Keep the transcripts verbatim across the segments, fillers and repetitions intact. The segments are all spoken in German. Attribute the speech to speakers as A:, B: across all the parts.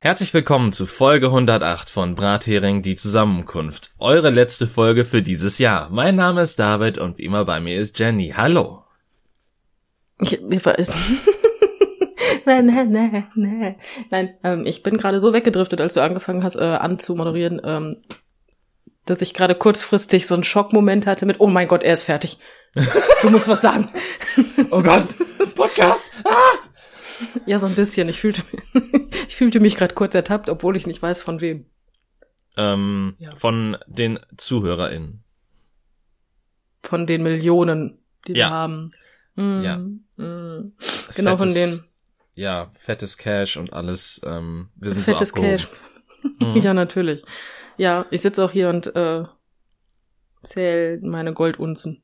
A: Herzlich willkommen zu Folge hundertacht von Brathering, die Zusammenkunft. Eure letzte Folge für dieses Jahr. Mein Name ist David und wie immer bei mir ist Jenny. Hallo.
B: Ich, ich weiß. nein, nein, nein, nein. Nein, ähm, ich bin gerade so weggedriftet, als du angefangen hast, äh, anzumoderieren, ähm, dass ich gerade kurzfristig so einen Schockmoment hatte mit, oh mein Gott, er ist fertig. Du musst was sagen.
A: Oh Gott, Podcast. Ah!
B: Ja, so ein bisschen. Ich fühlte, ich fühlte mich gerade kurz ertappt, obwohl ich nicht weiß, von wem.
A: Ähm, ja. Von den ZuhörerInnen.
B: Von den Millionen, die
A: ja.
B: wir haben. Mm,
A: ja.
B: Mm. Genau, fettes, von denen.
A: Ja, fettes Cash und alles. Ähm, wir sind
B: fettes
A: so abgehoben.
B: Cash. Mhm. Ja, natürlich. Ja, ich sitze auch hier und äh, zähle meine Goldunzen.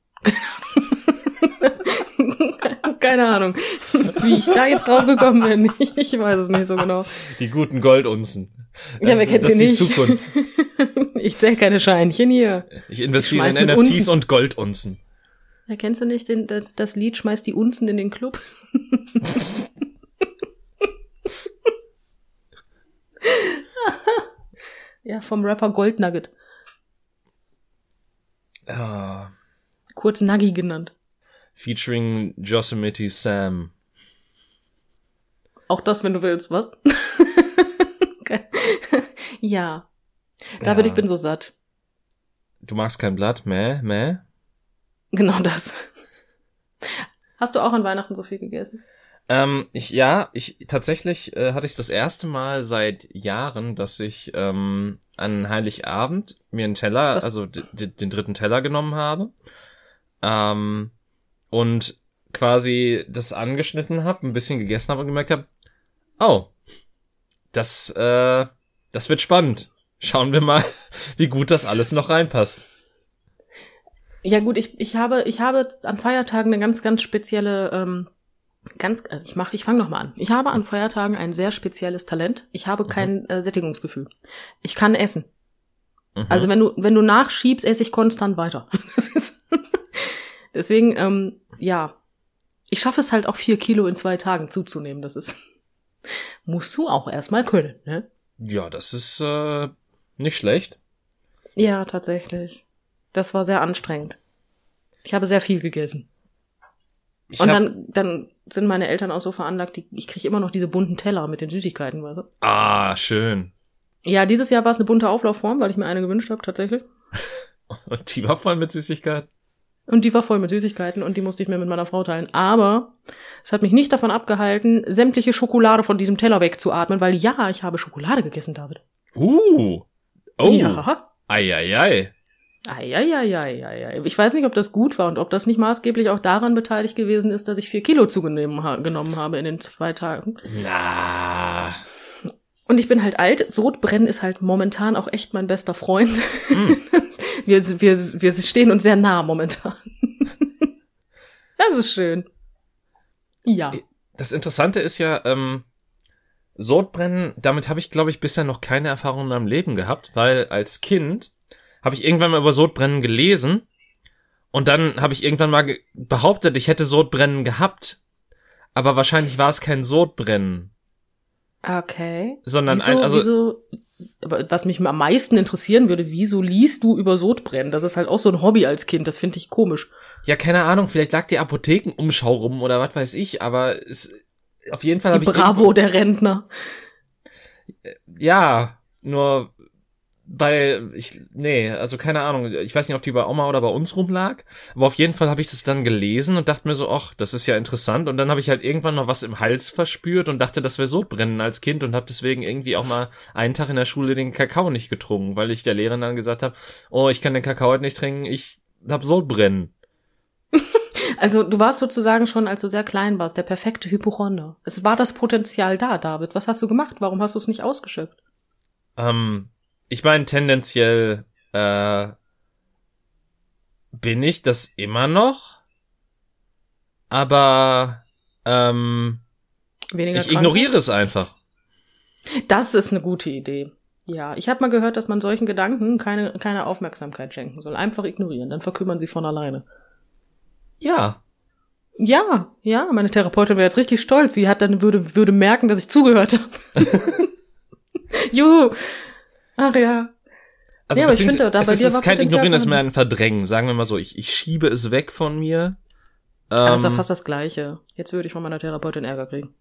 B: Keine Ahnung, wie ich da jetzt drauf gekommen bin. Ich, ich weiß es nicht so genau.
A: Die guten Goldunzen.
B: Ja, wer kennt sie nicht?
A: Das ist die Zukunft.
B: Ich zähle keine Scheinchen hier.
A: Ich investiere in N F Ts Unzen. Und Goldunzen.
B: Ja, kennst du nicht den, das, das Lied Schmeiß die Unzen in den Club? Ja, vom Rapper Goldnugget.
A: Ja.
B: Kurz Nuggy genannt.
A: Featuring Yosemite Sam.
B: Auch das, wenn du willst, was? Okay. Ja. David, ja. Ich bin so satt.
A: Du magst kein Blatt? Mäh, mäh?
B: Genau das. Hast du auch an Weihnachten so viel gegessen?
A: Ähm, ich, ja, ich, tatsächlich äh, hatte ich das erste Mal seit Jahren, dass ich ähm, an Heiligabend mir einen Teller, was? also d- d- den dritten Teller genommen habe. Ähm, Und quasi das angeschnitten habe, ein bisschen gegessen habe und gemerkt habe, oh, das, äh, das wird spannend. Schauen wir mal, wie gut das alles noch reinpasst.
B: Ja gut, ich ich habe ich habe an Feiertagen eine ganz ganz spezielle ähm, ganz ich mache ich fange noch mal an. Ich habe an Feiertagen ein sehr spezielles Talent. Ich habe kein mhm. äh, Sättigungsgefühl. Ich kann essen. Mhm. Also wenn du wenn du nachschiebst, esse ich konstant weiter. Das ist Deswegen, ähm, ja, ich schaffe es halt auch vier Kilo in zwei Tagen zuzunehmen. Das ist, musst du auch erstmal können, ne?
A: Ja, das ist äh, nicht schlecht.
B: Ja, tatsächlich. Das war sehr anstrengend. Ich habe sehr viel gegessen. Ich Und dann dann sind meine Eltern auch so veranlagt, die, ich kriege immer noch diese bunten Teller mit den Süßigkeiten, weißt du?
A: Ah, schön.
B: Ja, dieses Jahr war es eine bunte Auflaufform, weil ich mir eine gewünscht habe, tatsächlich.
A: Und die war voll mit Süßigkeiten?
B: Und die war voll mit Süßigkeiten und die musste ich mir mit meiner Frau teilen. Aber es hat mich nicht davon abgehalten, sämtliche Schokolade von diesem Teller wegzuatmen, weil ja, ich habe Schokolade gegessen, David.
A: Uh. Oh.
B: Ja.
A: Eieiei.
B: Eieiei. Ich weiß nicht, ob das gut war und ob das nicht maßgeblich auch daran beteiligt gewesen ist, dass ich vier Kilo zugenommen ha- genommen habe in den zwei Tagen.
A: Na.
B: Und ich bin halt alt. Sodbrennen ist halt momentan auch echt mein bester Freund. Mm. Wir, wir, wir stehen uns sehr nah momentan. Das ist schön. Ja.
A: Das Interessante ist ja, ähm, Sodbrennen, damit habe ich, glaube ich, bisher noch keine Erfahrung in meinem Leben gehabt, weil als Kind habe ich irgendwann mal über Sodbrennen gelesen und dann habe ich irgendwann mal ge- behauptet, ich hätte Sodbrennen gehabt, aber wahrscheinlich war es kein Sodbrennen.
B: Okay.
A: Sondern
B: wieso,
A: ein, also
B: wieso, was mich am meisten interessieren würde, wieso liest du über Sodbrennen? Das ist halt auch so ein Hobby als Kind, das finde ich komisch.
A: Ja, keine Ahnung, vielleicht lag die Apothekenumschau rum oder was weiß ich, aber es, auf jeden Fall habe ich...
B: Die Bravo der Rentner.
A: Ja, nur... Weil, ich, nee, also keine Ahnung, ich weiß nicht, ob die bei Oma oder bei uns rumlag, aber auf jeden Fall habe ich das dann gelesen und dachte mir so, ach, das ist ja interessant und dann habe ich halt irgendwann noch was im Hals verspürt und dachte, das wäre Sodbrennen als Kind und habe deswegen irgendwie auch mal einen Tag in der Schule den Kakao nicht getrunken, weil ich der Lehrerin dann gesagt habe, oh, ich kann den Kakao heute nicht trinken, ich hab Sodbrennen.
B: Also du warst sozusagen schon, als du sehr klein warst, der perfekte Hypochonder. Es war das Potenzial da, David. Was hast du gemacht? Warum hast du es nicht ausgeschöpft?
A: Ähm... Ich meine, tendenziell äh, bin ich das immer noch, aber ähm,
B: Weniger
A: ich
B: krank?
A: ignoriere es einfach.
B: Das ist eine gute Idee. Ja, ich habe mal gehört, dass man solchen Gedanken keine keine Aufmerksamkeit schenken soll. Einfach ignorieren, dann verkümmern sie von alleine.
A: Ja.
B: Ja, ja, meine Therapeutin wäre jetzt richtig stolz. Sie hat dann würde würde merken, dass ich zugehört habe. Juhu. Ach ja.
A: Also
B: ja, aber ich finde, da
A: es
B: bei
A: ist,
B: dir
A: es
B: war
A: ist kein
B: Potenzial
A: Ignorieren, es ist
B: vorhanden.
A: mehr ein Verdrängen. Sagen wir mal so, ich, ich schiebe es weg von mir.
B: Aber das ist ja
A: Ähm,
B: fast das Gleiche. Jetzt würde ich von meiner Therapeutin Ärger kriegen.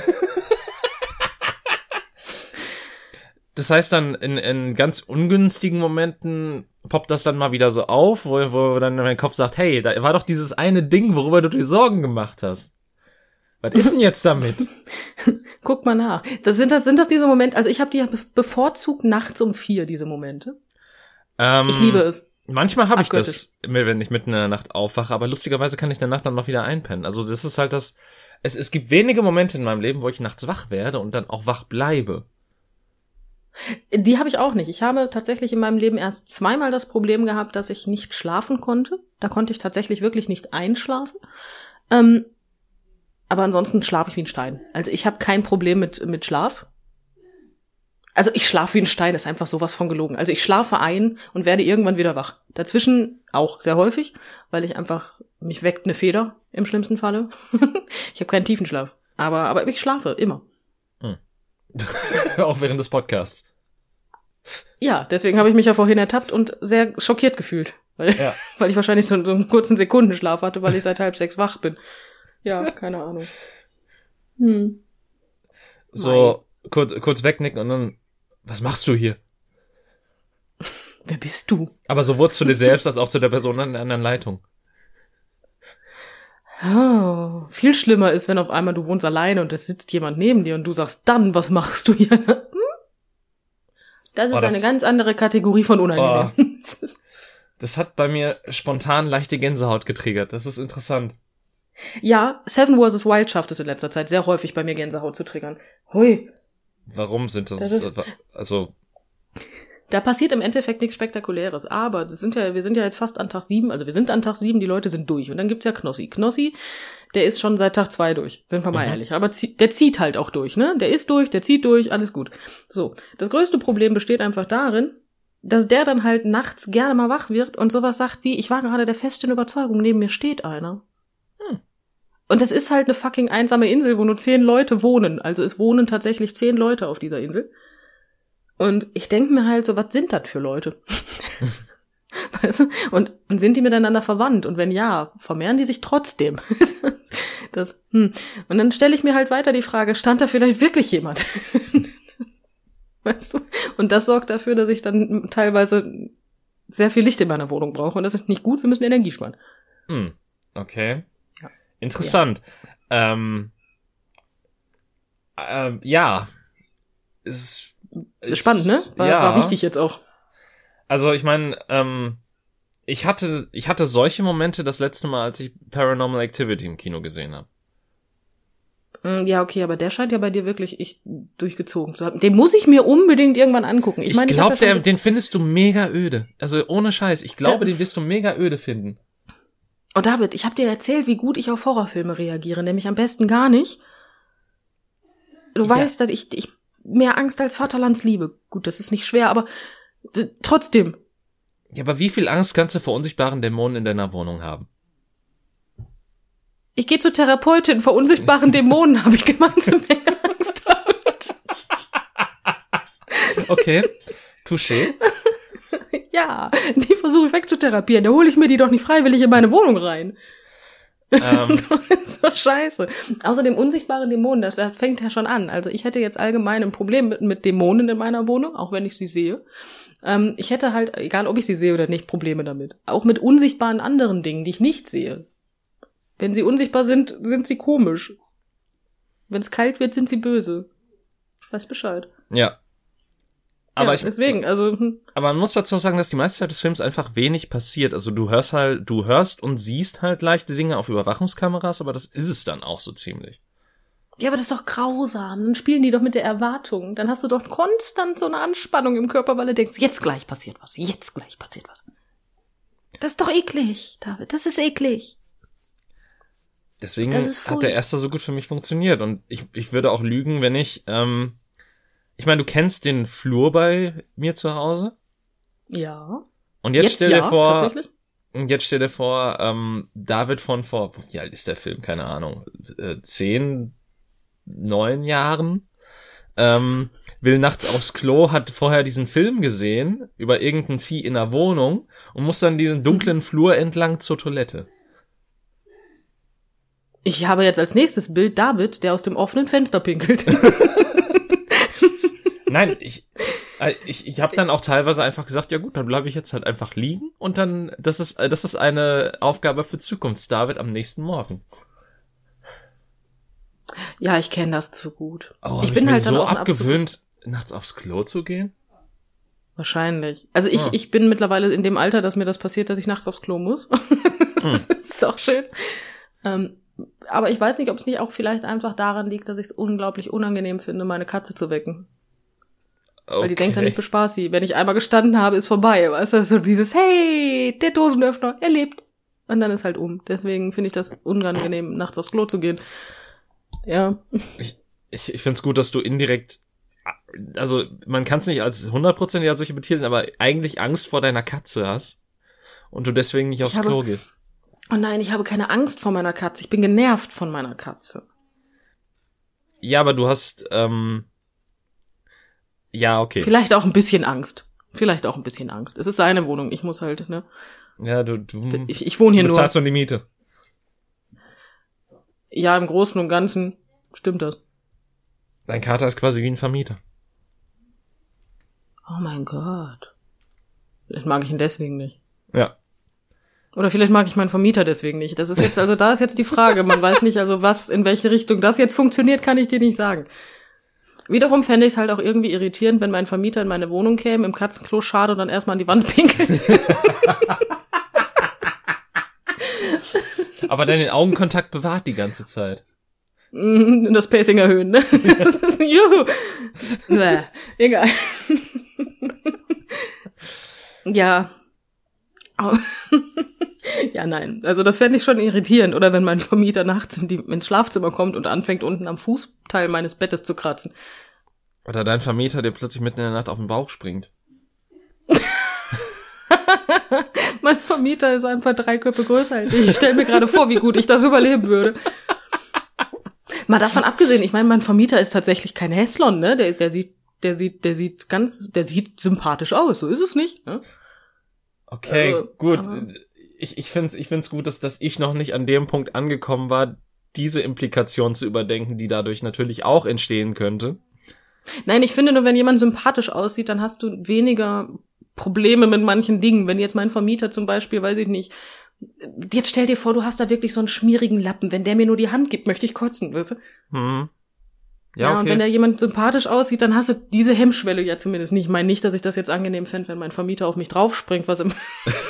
A: Das heißt dann, in, in ganz ungünstigen Momenten poppt das dann mal wieder so auf, wo, wo dann mein Kopf sagt, hey, da war doch dieses eine Ding, worüber du dir Sorgen gemacht hast. Was ist denn jetzt damit?
B: Guck mal nach. Das sind das, sind das diese Momente, also ich habe die ja be- bevorzugt nachts um vier, diese Momente.
A: Ähm,
B: Ich liebe es.
A: Manchmal habe ich
B: Abgöttisch.
A: das, wenn ich mitten in der Nacht aufwache, aber lustigerweise kann ich in der Nacht dann noch wieder einpennen. Also das ist halt das, es, es gibt wenige Momente in meinem Leben, wo ich nachts wach werde und dann auch wach bleibe.
B: Die habe ich auch nicht. Ich habe tatsächlich in meinem Leben erst zweimal das Problem gehabt, dass ich nicht schlafen konnte. Da konnte ich tatsächlich wirklich nicht einschlafen. Ähm, aber ansonsten schlafe ich wie ein Stein. Also ich habe kein Problem mit mit Schlaf. Also ich schlafe wie ein Stein, ist einfach sowas von gelogen. Also ich schlafe ein und werde irgendwann wieder wach. Dazwischen auch sehr häufig, weil ich einfach, mich weckt eine Feder im schlimmsten Falle. Ich habe keinen tiefen Schlaf. Aber, aber ich schlafe immer.
A: Auch während des Podcasts.
B: Ja, deswegen habe ich mich ja vorhin ertappt und sehr schockiert gefühlt. Weil,
A: Ja.
B: weil ich wahrscheinlich so, so einen kurzen Sekundenschlaf hatte, weil ich seit halb sechs wach bin. Ja, keine Ahnung. Hm.
A: So kurz, kurz wegnicken und dann, was machst du hier?
B: Wer bist du?
A: Aber sowohl zu dir selbst als auch zu der Person an der anderen Leitung.
B: Oh, viel schlimmer ist, wenn auf einmal du wohnst alleine und es sitzt jemand neben dir und du sagst, dann, was machst du hier? Hm? Das ist
A: Oh, das-
B: eine ganz andere Kategorie von unangenehm. Das ist-
A: Das hat bei mir spontan leichte Gänsehaut getriggert. Das ist interessant.
B: Ja, Seven versus. Wild schafft es in letzter Zeit sehr häufig bei mir Gänsehaut zu triggern. Hui,
A: Warum sind das,
B: Das ist-
A: also,
B: da passiert im Endeffekt nichts Spektakuläres, aber das sind ja, wir sind ja jetzt fast an Tag sieben, also wir sind an Tag sieben, die Leute sind durch. Und dann gibt's ja Knossi. Knossi, der ist schon seit Tag zwei durch, sind wir mal
A: Mhm.
B: ehrlich. Aber zie- der zieht halt auch durch, ne? Der ist durch, der zieht durch, alles gut. So, das größte Problem besteht einfach darin, dass der dann halt nachts gerne mal wach wird und sowas sagt wie, ich war gerade der festen Überzeugung, neben mir steht einer.
A: Hm.
B: Und das ist halt eine fucking einsame Insel, wo nur zehn Leute wohnen. Also es wohnen tatsächlich zehn Leute auf dieser Insel. Und ich denke mir halt so, was sind das für Leute? Weißt du? Und, und sind die miteinander verwandt? Und wenn ja, vermehren die sich trotzdem? Das, hm. Und dann stelle ich mir halt weiter die Frage, stand da vielleicht wirklich jemand? Weißt du? Und das sorgt dafür, dass ich dann teilweise sehr viel Licht in meiner Wohnung brauche. Und das ist nicht gut, wir müssen Energie sparen.
A: hm, okay.
B: Ja.
A: Interessant. Ähm, ähm, ja. Ist, ist,
B: Spannend, ne? War,
A: ja.
B: war wichtig jetzt auch.
A: Also ich meine, ähm, ich hatte, ich hatte solche Momente das letzte Mal, als ich Paranormal Activity im Kino gesehen habe.
B: Mm, Ja, okay, aber der scheint ja bei dir wirklich ich, durchgezogen zu haben. Den muss ich mir unbedingt irgendwann angucken. Ich,
A: Ich,
B: meine, ich
A: glaube,
B: hab ja
A: der,
B: schon-
A: den findest du mega öde. Also ohne Scheiß. Ich glaube,
B: Der-
A: den wirst du mega öde finden.
B: Oh, David, ich habe dir erzählt, wie gut ich auf Horrorfilme reagiere, nämlich am besten gar nicht. Du
A: Ja.
B: weißt, dass ich, ich mehr Angst als Vaterlandsliebe. Gut, das ist nicht schwer, aber d- trotzdem.
A: Ja, aber wie viel Angst kannst du vor unsichtbaren Dämonen in deiner Wohnung haben?
B: Ich gehe zur Therapeutin, vor unsichtbaren Dämonen habe ich gemeinsam mehr Angst damit.
A: Okay, touché.
B: Ja, die versuche ich wegzutherapieren. Da hole ich mir die doch nicht freiwillig in meine Wohnung rein.
A: Ähm,
B: Das ist so scheiße. Außerdem unsichtbare Dämonen, das, das fängt ja schon an. Also ich hätte jetzt allgemein ein Problem mit, mit Dämonen in meiner Wohnung, auch wenn ich sie sehe. Ähm, ich hätte halt, egal ob ich sie sehe oder nicht, Probleme damit. Auch mit unsichtbaren anderen Dingen, die ich nicht sehe. Wenn sie unsichtbar sind, sind sie komisch. Wenn es kalt wird, sind sie böse. Weiß Bescheid.
A: ja. Aber
B: ja,
A: ich,
B: deswegen, also hm.
A: aber man muss dazu auch sagen, dass die meiste Zeit des Films einfach wenig passiert. Also du hörst halt, du hörst und siehst halt leichte Dinge auf Überwachungskameras, aber das ist es dann auch so ziemlich.
B: Ja, aber das ist doch grausam. Dann spielen die doch mit der Erwartung. Dann hast du doch konstant so eine Anspannung im Körper, weil du denkst, jetzt gleich passiert was, jetzt gleich passiert was. Das ist doch eklig, David, das ist eklig.
A: Deswegen
B: Das ist
A: hat der erste so gut für mich funktioniert. Und ich, ich würde auch lügen, wenn ich, ähm, ich meine, du kennst den Flur bei mir zu Hause.
B: Ja.
A: Und jetzt, stell dir
B: ja,
A: vor,
B: tatsächlich?
A: und jetzt stell dir vor, ähm, David von vor, wie alt ist der Film? Keine Ahnung, äh, zehn, neun Jahren, ähm, will nachts aufs Klo, hat vorher diesen Film gesehen über irgendein Vieh in der Wohnung und muss dann diesen dunklen Flur entlang zur Toilette.
B: Ich habe jetzt als nächstes Bild David, der aus dem offenen Fenster pinkelt.
A: Nein, ich ich ich habe dann auch teilweise einfach gesagt, ja gut, dann bleibe ich jetzt halt einfach liegen und dann das ist das ist eine Aufgabe für Zukunfts-David am nächsten Morgen.
B: Ja, ich kenne das zu gut.
A: Oh,
B: ich
A: hab
B: bin
A: ich mir
B: halt dann
A: so
B: auch ein
A: abgewöhnt,
B: absolut-
A: nachts aufs Klo zu gehen.
B: Wahrscheinlich. Also ich
A: Ah.
B: ich bin mittlerweile in dem Alter, dass mir das passiert, dass ich nachts aufs Klo muss. Das
A: Hm.
B: ist auch schön. Ähm, aber ich weiß nicht, ob es nicht auch vielleicht einfach daran liegt, dass ich es unglaublich unangenehm finde, meine Katze zu wecken.
A: Okay.
B: Weil die denkt dann, ich bespaß sie. Wenn ich einmal gestanden habe, ist vorbei. Weißt du, so dieses, hey, der Dosenöffner, er lebt. Und dann ist halt um. Deswegen finde ich das unangenehm, nachts aufs Klo zu gehen. Ja.
A: Ich, ich, ich find's gut, dass du indirekt, also man kann es nicht als hundertprozentig als solche betiteln, aber eigentlich Angst vor deiner Katze hast und du deswegen nicht aufs
B: Ich habe-
A: Klo gehst.
B: Oh nein, ich habe keine Angst vor meiner Katze. Ich bin genervt von meiner Katze.
A: Ja, aber du hast, ähm, ja, okay.
B: Vielleicht auch ein bisschen Angst. Vielleicht auch ein bisschen Angst. Es ist seine Wohnung. Ich muss halt, ne.
A: Ja, du, du
B: Ich, ich wohne hier nur.
A: bezahlst nur die Miete.
B: Ja, im Großen und Ganzen stimmt das.
A: Dein Kater ist quasi wie ein Vermieter.
B: Oh mein Gott. Vielleicht mag ich ihn deswegen nicht.
A: Ja.
B: Oder vielleicht mag ich meinen Vermieter deswegen nicht. Das ist jetzt, also da ist jetzt die Frage. Man weiß nicht, also was, in welche Richtung das jetzt funktioniert, kann ich dir nicht sagen. Wiederum fände ich es halt auch irgendwie irritierend, wenn mein Vermieter in meine Wohnung käme, im Katzenklo schade und dann erstmal an die Wand pinkelt.
A: Aber dann den Augenkontakt bewahrt die ganze Zeit.
B: Und das Pacing erhöhen, ne? Das ist, juhu. Bäh, egal. Ja. Oh. Ja, nein. Also das fände ich schon irritierend. Oder wenn mein Vermieter nachts in die, ins Schlafzimmer kommt und anfängt, unten am Fußteil meines Bettes zu kratzen.
A: Oder dein Vermieter, der plötzlich mitten in der Nacht auf den Bauch springt.
B: Mein Vermieter ist einfach drei Köpfe größer als ich. Ich stelle mir gerade vor, wie gut ich das überleben würde. Mal davon abgesehen, ich meine, mein Vermieter ist tatsächlich kein Häslon, ne? Der, der sieht, der sieht, der sieht ganz, der sieht sympathisch aus. So ist es nicht, ne?
A: Okay,
B: Also,
A: gut.
B: aber-
A: Ich, ich find's, ich find's gut, dass, dass ich noch nicht an dem Punkt angekommen war, diese Implikation zu überdenken, die dadurch natürlich auch entstehen könnte.
B: Nein, ich finde nur, wenn jemand sympathisch aussieht, dann hast du weniger Probleme mit manchen Dingen. Wenn jetzt mein Vermieter zum Beispiel, weiß ich nicht, jetzt stell dir vor, du hast da wirklich so einen schmierigen Lappen. Wenn der mir nur die Hand gibt, möchte ich kotzen, weißt du?
A: Hm.
B: Ja,
A: Ja, okay.
B: und wenn da jemand sympathisch aussieht, dann hast du diese Hemmschwelle ja zumindest nicht. Ich meine nicht, dass ich das jetzt angenehm fände, wenn mein Vermieter auf mich draufspringt, was im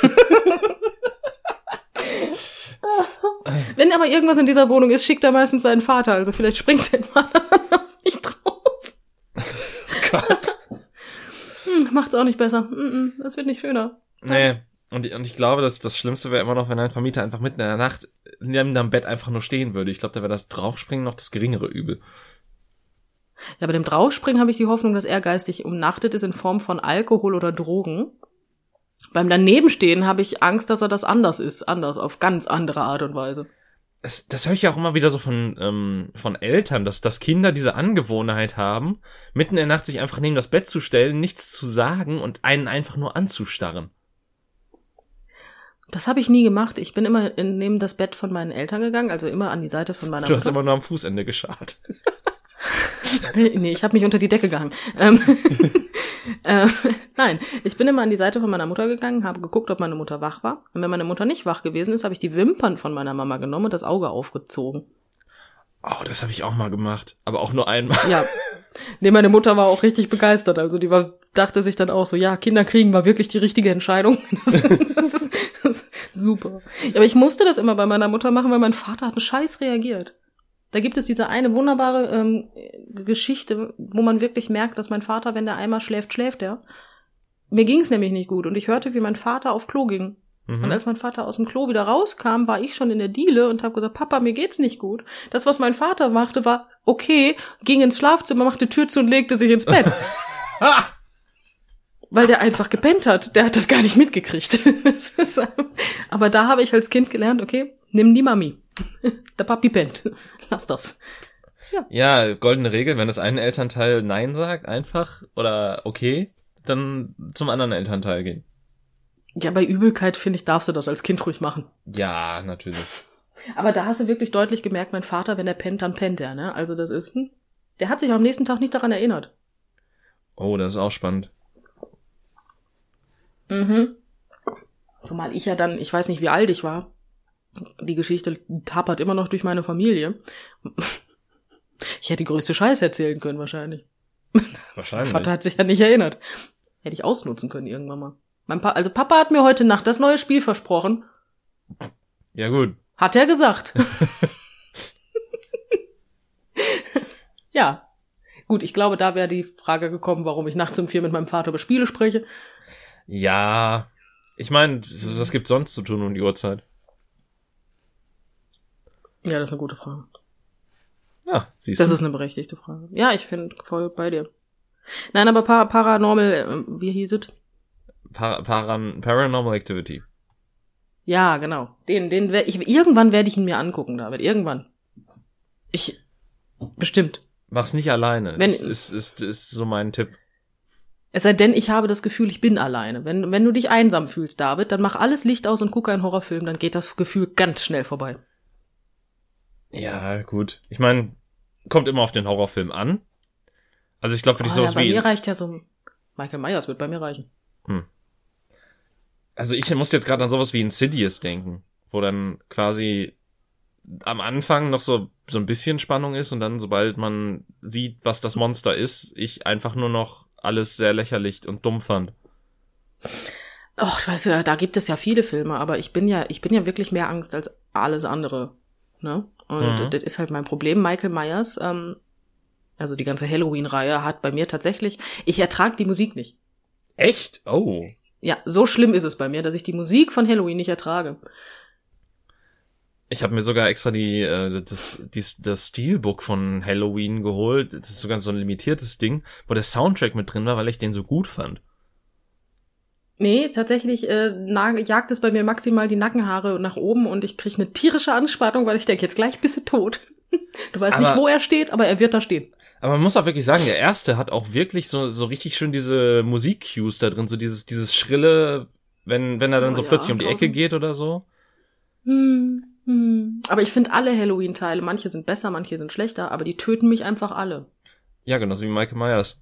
B: Wenn aber irgendwas in dieser Wohnung ist, schickt er meistens seinen Vater. Also vielleicht springt sein Vater auf mich drauf.
A: Gott.
B: Hm, macht's auch nicht besser. Mm-mm, das wird nicht schöner.
A: Nee. Und, und ich glaube, dass das Schlimmste wäre immer noch, wenn ein Vermieter einfach mitten in der Nacht neben deinem Bett einfach nur stehen würde. Ich glaube, da wäre das Draufspringen noch das geringere Übel.
B: Ja, bei dem Draufspringen habe ich die Hoffnung, dass er geistig umnachtet ist in Form von Alkohol oder Drogen. Beim Danebenstehen habe ich Angst, dass er das anders ist. Anders, auf ganz andere Art und Weise.
A: Das, das höre ich ja auch immer wieder so von, ähm, von Eltern, dass, dass Kinder diese Angewohnheit haben, mitten in der Nacht sich einfach neben das Bett zu stellen, nichts zu sagen und einen einfach nur anzustarren.
B: Das habe ich nie gemacht. Ich bin immer in, neben das Bett von meinen Eltern gegangen, also immer an die Seite von meiner
A: Du hast
B: Mutter.
A: immer nur am Fußende geschart.
B: Nee, ich habe mich unter die Decke gehangen. Ähm, äh, nein, ich bin immer an die Seite von meiner Mutter gegangen, habe geguckt, ob meine Mutter wach war. Und wenn meine Mutter nicht wach gewesen ist, habe ich die Wimpern von meiner Mama genommen und das Auge aufgezogen.
A: Oh, das habe ich auch mal gemacht. Aber auch nur einmal.
B: Ja, nee, meine Mutter war auch richtig begeistert. Also die war, dachte sich dann auch so, ja, Kinder kriegen war wirklich die richtige Entscheidung. Das, das, ist, das ist super. Ja, aber ich musste das immer bei meiner Mutter machen, weil mein Vater hat einen Scheiß reagiert. Da gibt es diese eine wunderbare ähm, Geschichte, wo man wirklich merkt, dass mein Vater, wenn der einmal schläft, schläft er. Mir ging es nämlich nicht gut und ich hörte, wie mein Vater auf Klo ging.
A: Mhm.
B: Und als mein Vater aus dem Klo wieder rauskam, war ich schon in der Diele und habe gesagt, Papa, mir geht's nicht gut. Das, was mein Vater machte, war okay, ging ins Schlafzimmer, machte die Tür zu und legte sich ins Bett. Weil der einfach gepennt hat. Der hat das gar nicht mitgekriegt. Aber da habe ich als Kind gelernt, okay, nimm die Mami. Der Papi pennt. Lass das. Ja.
A: Ja, goldene Regel, wenn das eine Elternteil Nein sagt, einfach oder okay, dann zum anderen Elternteil gehen.
B: Ja, bei Übelkeit, finde ich, darfst du das als Kind ruhig machen.
A: Ja, natürlich.
B: Aber da hast du wirklich deutlich gemerkt, mein Vater, wenn er pennt, dann pennt er, ne? Also das ist, hm, der hat sich am nächsten Tag nicht daran erinnert.
A: Oh, das ist auch spannend.
B: Mhm. Zumal ich ja dann, ich weiß nicht, wie alt ich war. Die Geschichte tappert immer noch durch meine Familie. Ich hätte die größte Scheiße erzählen können, wahrscheinlich.
A: Wahrscheinlich.
B: Mein Vater hat sich ja nicht erinnert. Hätte ich ausnutzen können irgendwann mal. Mein pa- also Papa hat mir heute Nacht das neue Spiel versprochen.
A: Ja, gut.
B: Hat er gesagt. Ja. Gut, ich glaube, da wäre die Frage gekommen, warum ich nachts um vier mit meinem Vater über Spiele spreche.
A: Ja, ich meine, was gibt's sonst zu tun um die Uhrzeit?
B: Ja, das ist eine gute Frage.
A: Ja, siehst
B: Das
A: du.
B: ist eine berechtigte Frage. Ja, ich bin voll bei dir. Nein, aber Par- Paranormal, äh, wie hieß es?
A: Par Paran Paranormal Activity.
B: Ja, genau. Den, den werde ich, irgendwann werde ich ihn mir angucken, David. Irgendwann. Ich, bestimmt.
A: Mach's nicht alleine.
B: Wenn-
A: ist, ist, ist, ist so mein Tipp.
B: Es sei denn, ich habe das Gefühl, ich bin alleine. Wenn, wenn du dich einsam fühlst, David, dann mach alles Licht aus und gucke einen Horrorfilm, dann geht das Gefühl ganz schnell vorbei.
A: Ja, gut. Ich meine, kommt immer auf den Horrorfilm an. Also ich glaube, für dich
B: Oh, ja,
A: sowas
B: bei
A: wie...
B: mir reicht ja so, Michael Myers wird bei mir reichen.
A: Also ich muss jetzt gerade an sowas wie Insidious denken, wo dann quasi am Anfang noch so so ein bisschen Spannung ist und dann, sobald man sieht, was das Monster ist, ich einfach nur noch alles sehr lächerlich und dumm fand.
B: Och, weißt du, da gibt es ja viele Filme, aber ich bin ja, ich bin ja wirklich mehr Angst als alles andere, ne? Und
A: Mhm.
B: das ist halt mein Problem. Michael Myers, ähm, also die ganze Halloween-Reihe hat bei mir tatsächlich, ich ertrage die Musik nicht.
A: Echt? Oh.
B: Ja, so schlimm ist es bei mir, dass ich die Musik von Halloween nicht ertrage.
A: Ich habe mir sogar extra die äh, das die, das Steelbook von Halloween geholt. Das ist sogar so ein limitiertes Ding, wo der Soundtrack mit drin war, weil ich den so gut fand.
B: Nee, tatsächlich äh, na, jagt es bei mir maximal die Nackenhaare nach oben und ich kriege eine tierische Anspannung, weil ich denke, jetzt gleich bist du tot. Du weißt
A: Aber-
B: nicht, wo er steht, aber er wird da stehen.
A: Aber man muss auch wirklich sagen, der erste hat auch wirklich so so richtig schön diese Musik-Cues da drin, so dieses dieses schrille, wenn wenn er dann
B: Oh
A: so
B: ja,
A: plötzlich um die Ecke
B: draußen.
A: geht oder so.
B: Hm, hm. Aber ich finde alle Halloween-Teile, manche sind besser, manche sind schlechter, aber die töten mich einfach alle.
A: Ja, genauso wie Michael Myers.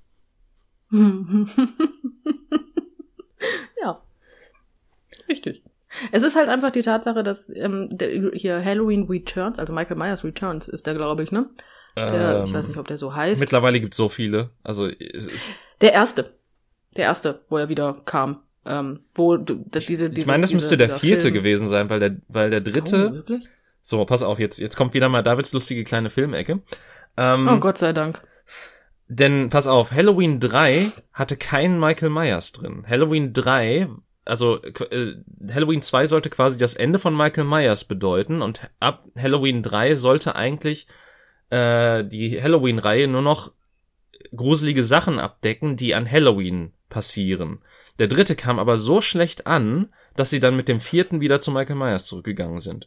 B: Ja. Richtig. Es ist halt einfach die Tatsache, dass ähm, der, hier Halloween Returns, also Michael Myers Returns ist der, glaube ich, ne? Der,
A: Ähm,
B: ich weiß nicht, ob der so heißt.
A: Mittlerweile gibt's so viele. Also es ist,
B: Der erste. Der erste, wo er wieder kam. Ähm, wo du, das, diese,
A: ich
B: dieses,
A: meine, das
B: diese,
A: müsste der
B: dieser
A: vierte
B: Film.
A: gewesen sein, weil der weil der dritte.
B: Oh, wirklich?
A: So, pass auf, jetzt jetzt kommt wieder mal Davids lustige kleine Filmecke. Ähm,
B: Oh, Gott sei Dank.
A: Denn, pass auf, Halloween drei hatte keinen Michael Myers drin. Halloween drei, also äh, Halloween zwei sollte quasi das Ende von Michael Myers bedeuten und ab Halloween drei sollte eigentlich äh, die Halloween-Reihe nur noch gruselige Sachen abdecken, die an Halloween passieren. Der dritte kam aber so schlecht an, dass sie dann mit dem vierten wieder zu Michael Myers zurückgegangen sind.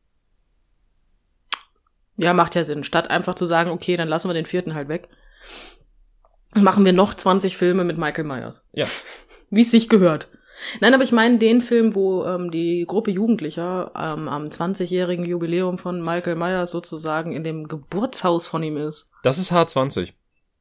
B: Ja, macht ja Sinn. Statt einfach zu sagen, okay, dann lassen wir den vierten halt weg, machen wir noch zwanzig Filme mit Michael Myers.
A: Ja.
B: Wie es sich gehört. Nein, aber ich meine den Film, wo ähm, die Gruppe Jugendlicher ähm, am zwanzigjährigen Jubiläum von Michael Myers sozusagen in dem Geburtshaus von ihm ist.
A: Das ist H zwanzig.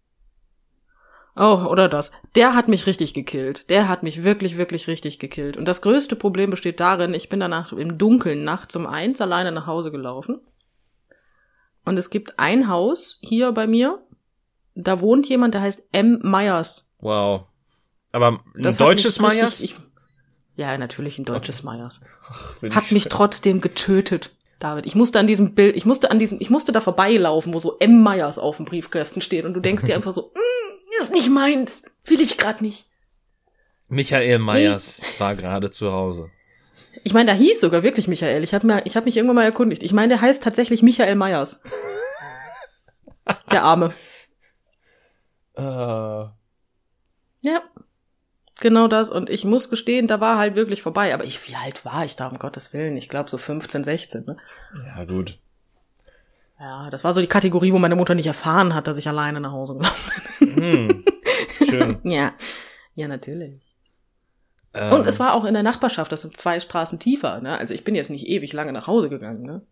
B: Oh, oder das. Der hat mich richtig gekillt. Der hat mich wirklich, wirklich richtig gekillt. Und das größte Problem besteht darin, ich bin danach im Dunkeln nachts um eins alleine nach Hause gelaufen. Und es gibt ein Haus hier bei mir, da wohnt jemand, der heißt M. Myers.
A: Wow. Aber ein
B: Das hat
A: deutsches
B: mich richtig-
A: Myers?
B: Ich, ja, natürlich ein deutsches Myers.
A: Find
B: Hat
A: ich-
B: mich trotzdem getötet, David. Ich musste an diesem Bild, ich musste an diesem, ich musste da vorbeilaufen, wo so M. Myers auf dem Briefkasten steht und du denkst dir einfach so, mm, ist nicht meins, will ich grad nicht.
A: Michael Myers war gerade zu Hause.
B: Ich meine, da hieß sogar wirklich Michael. Ich habe mir, ich habe mich irgendwann mal erkundigt. Ich meine, der heißt tatsächlich Michael Myers. Der Arme.
A: Äh,
B: Ja. Genau das. Und ich muss gestehen, da war halt wirklich vorbei. Aber ich, wie alt war ich da, um Gottes Willen? Ich glaube so fünfzehn, sechzehn, ne?
A: ja, gut.
B: Ja, das war so die Kategorie, wo meine Mutter nicht erfahren hat, dass ich alleine nach Hause gelaufen bin.
A: Hm, schön.
B: Ja, ja, natürlich.
A: Ähm,
B: Und es war auch in der Nachbarschaft, das sind zwei Straßen tiefer, ne? Also ich bin jetzt nicht ewig lange nach Hause gegangen, ne?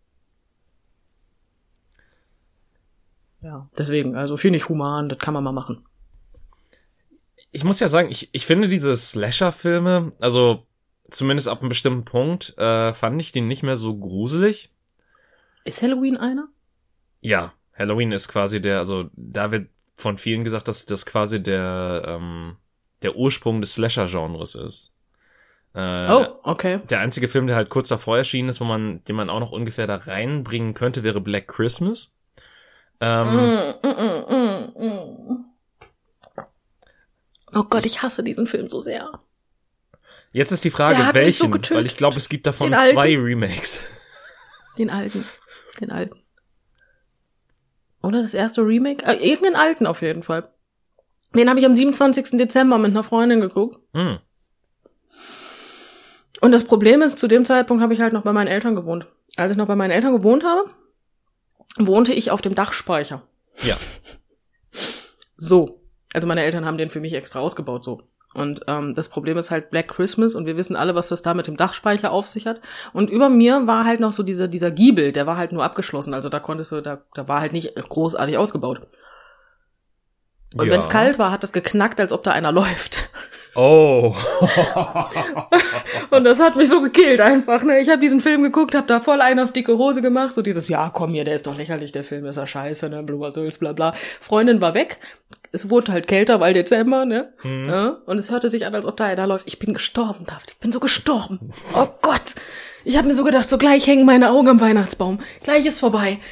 B: Ja, deswegen, also finde ich human, das kann man mal machen.
A: Ich muss ja sagen, ich, ich finde diese Slasher-Filme, also zumindest ab einem bestimmten Punkt, äh, fand ich die nicht mehr so gruselig.
B: Ist Halloween einer?
A: Ja, Halloween ist quasi der, also da wird von vielen gesagt, dass das quasi der ähm, der Ursprung des Slasher-Genres ist. Äh,
B: oh, okay.
A: Der einzige Film, der halt kurz davor erschienen ist, wo man, den man auch noch ungefähr da reinbringen könnte, wäre Black Christmas. Ähm,
B: Mm, mm, mm, mm. Oh Gott, ich hasse diesen Film so sehr.
A: Jetzt ist die Frage,
B: Der hat mich so
A: welchen,
B: getötet.
A: weil ich glaube, es gibt davon
B: Den
A: zwei
B: alten.
A: Remakes.
B: Den alten. Den alten. Oder das erste Remake? Äh, irgendeinen alten auf jeden Fall. Den habe ich am siebenundzwanzigsten Dezember mit einer Freundin geguckt.
A: Hm.
B: Und das Problem ist, zu dem Zeitpunkt habe ich halt noch bei meinen Eltern gewohnt. Als ich noch bei meinen Eltern gewohnt habe, wohnte ich auf dem Dachspeicher.
A: Ja.
B: So. Also meine Eltern haben den für mich extra ausgebaut, so. Und ähm, das Problem ist halt Black Christmas und wir wissen alle, was das da mit dem Dachspeicher auf sich hat. Und über mir war halt noch so dieser dieser Giebel, der war halt nur abgeschlossen. Also da konntest du, da, da war halt nicht großartig ausgebaut. Und
A: Ja.
B: wenn es kalt war, hat das geknackt, als ob da einer läuft.
A: Oh.
B: Und das hat mich so gekillt einfach, ne? Ich habe diesen Film geguckt, habe da voll einen auf dicke Hose gemacht, so dieses, ja, komm hier, der ist doch lächerlich, der Film ist ja scheiße, ne, blubber Sülz, bla bla. Freundin war weg, es wurde halt kälter, weil Dezember, ne?
A: Mhm.
B: Ja? Und es hörte sich an, als ob da einer läuft. Ich bin gestorben, David, ich bin so gestorben. Oh Gott! Ich habe mir so gedacht, so gleich hängen meine Augen am Weihnachtsbaum. Gleich ist vorbei.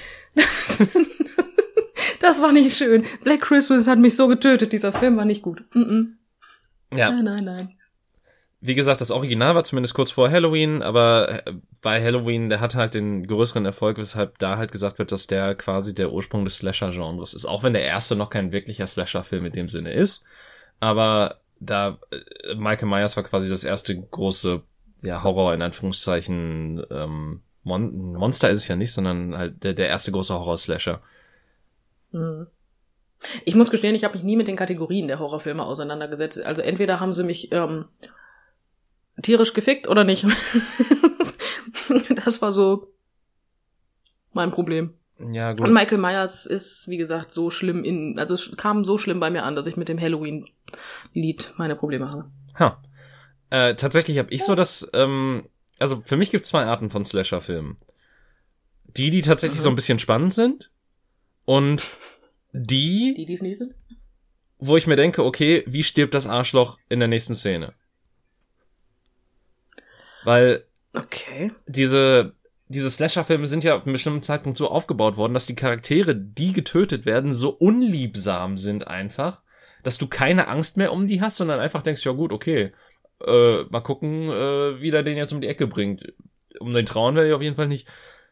B: Das war nicht schön. Black Christmas hat mich so getötet, dieser Film war nicht gut. Mm-mm.
A: Ja.
B: Nein, nein, nein.
A: Wie gesagt, das Original war zumindest kurz vor Halloween, aber bei Halloween, der hat halt den größeren Erfolg, weshalb da halt gesagt wird, dass der quasi der Ursprung des Slasher-Genres ist. Auch wenn der erste noch kein wirklicher Slasher-Film in dem Sinne ist. Aber da, äh, Michael Myers war quasi das erste große, ja, Horror in Anführungszeichen, ähm, Mon- Monster ist es ja nicht, sondern halt der, der erste große Horror-Slasher.
B: Hm. Ich muss gestehen, ich habe mich nie mit den Kategorien der Horrorfilme auseinandergesetzt. Also entweder haben sie mich ähm, tierisch gefickt oder nicht. Das war so mein Problem.
A: Ja, gut.
B: Und Michael Myers ist, wie gesagt, so schlimm in, also es kam so schlimm bei mir an, dass ich mit dem Halloween-Lied meine Probleme habe.
A: Ha. Äh, tatsächlich habe ich so das, ähm, also für mich gibt es zwei Arten von Slasher-Filmen. Die, die tatsächlich
B: Mhm.
A: so ein bisschen spannend sind und die,
B: Die, die es nicht sind?
A: wo ich mir denke, okay, wie stirbt das Arschloch in der nächsten Szene? Weil
B: Okay.
A: diese, diese Slasher-Filme sind ja auf einem bestimmten Zeitpunkt so aufgebaut worden, dass die Charaktere, die getötet werden, so unliebsam sind einfach, dass du keine Angst mehr um die hast, sondern einfach denkst, ja gut, okay, äh, mal gucken, äh, wie der den jetzt um die Ecke bringt. Um den trauen werde ich auf jeden Fall nicht.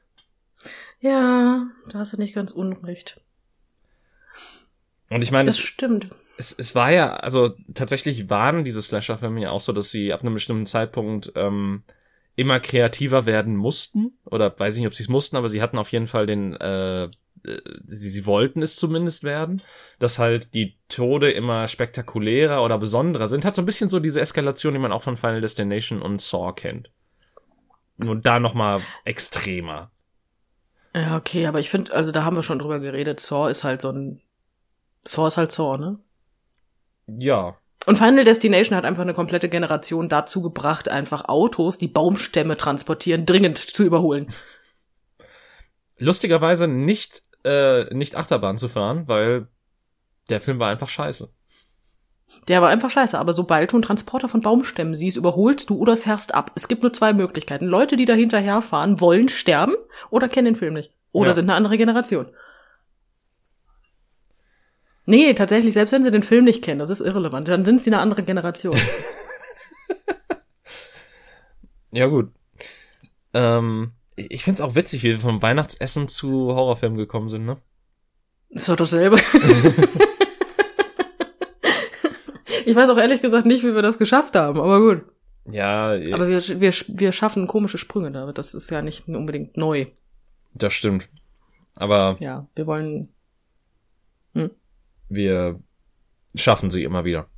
B: Ja, da hast du nicht ganz unrecht.
A: Und ich meine,
B: Das
A: es,
B: stimmt.
A: es, es war ja, also tatsächlich waren diese Slasher-Filme ja auch so, dass sie ab einem bestimmten Zeitpunkt ähm, immer kreativer werden mussten. Oder weiß ich nicht, ob sie es mussten, aber sie hatten auf jeden Fall den, äh, äh, sie, sie wollten es zumindest werden, dass halt die Tode immer spektakulärer oder besonderer sind. Hat so ein bisschen so diese Eskalation, die man auch von Final Destination und Saw kennt. Nur da nochmal extremer.
B: Ja, okay, aber ich finde, also da haben wir schon drüber geredet, Saw ist halt so ein Saw ist halt Saw, ne?
A: Ja.
B: Und Final Destination hat einfach eine komplette Generation dazu gebracht, einfach Autos, die Baumstämme transportieren, dringend zu überholen.
A: Lustigerweise nicht, äh, nicht Achterbahn zu fahren, weil der Film war einfach scheiße.
B: Der war einfach scheiße, aber sobald du einen Transporter von Baumstämmen siehst, überholst du oder fährst ab. Es gibt nur zwei Möglichkeiten. Leute, die da hinterherfahren, wollen sterben oder kennen den Film nicht. Oder
A: Ja.
B: sind eine andere Generation. Nee, tatsächlich, selbst wenn sie den Film nicht kennen, das ist irrelevant, dann sind sie eine andere Generation.
A: Ja, gut. Ähm, ich find's auch witzig, wie wir vom Weihnachtsessen zu Horrorfilmen gekommen sind, ne?
B: Ist doch dasselbe. Ich weiß auch ehrlich gesagt nicht, wie wir das geschafft haben, aber gut.
A: Ja,
B: Aber wir, wir, wir schaffen komische Sprünge, David. Das ist ja nicht unbedingt neu.
A: das stimmt. Aber
B: ja, wir wollen... Hm?
A: Wir schaffen sie immer wieder.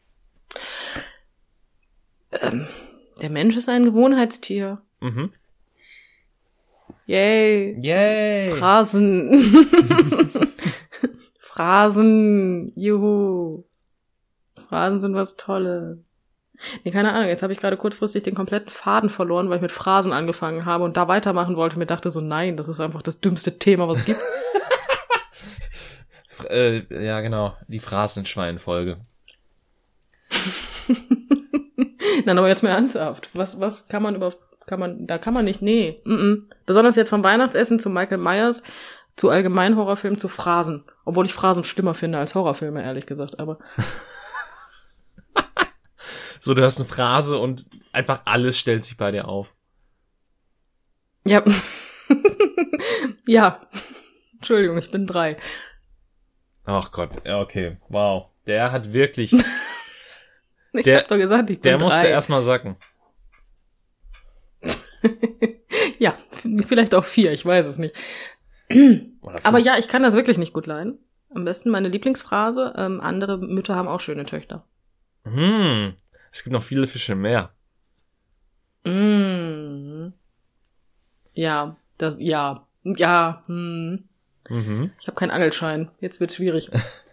B: Ähm, der Mensch ist ein Gewohnheitstier.
A: Mhm.
B: Yay.
A: Yay.
B: Phrasen. Phrasen. Juhu. Phrasen sind was Tolles. Nee, keine Ahnung, jetzt habe ich gerade kurzfristig den kompletten Faden verloren, weil ich mit Phrasen angefangen habe und da weitermachen wollte. Mir dachte so, nein, das ist einfach das dümmste Thema, was es gibt.
A: äh, ja, genau. Die Phrasenschwein-Folge.
B: Nein, aber jetzt mal ernsthaft. Was, was kann man über, kann man, da kann man nicht, nee. Mm-mm. Besonders jetzt vom Weihnachtsessen zu Michael Myers, zu allgemeinen Horrorfilmen, zu Phrasen. Obwohl ich Phrasen schlimmer finde als Horrorfilme, ehrlich gesagt, aber.
A: So, du hast eine Phrase und einfach alles stellt sich bei dir auf.
B: Ja. Ja. Entschuldigung, ich bin drei.
A: Ach Gott, ja, okay, wow. Der hat wirklich...
B: Ich
A: der,
B: hab doch gesagt, ich bin
A: Der
B: drei.
A: musste erstmal sacken.
B: Ja, vielleicht auch vier, ich weiß es nicht. Aber ja, ich kann das wirklich nicht gut leiden. Am besten meine Lieblingsphrase, ähm, andere Mütter haben auch schöne Töchter.
A: Hm, es gibt noch viele Fische mehr.
B: Mm. Ja, das, ja, ja, hm.
A: Mhm.
B: Ich habe keinen Angelschein. Jetzt wird's schwierig.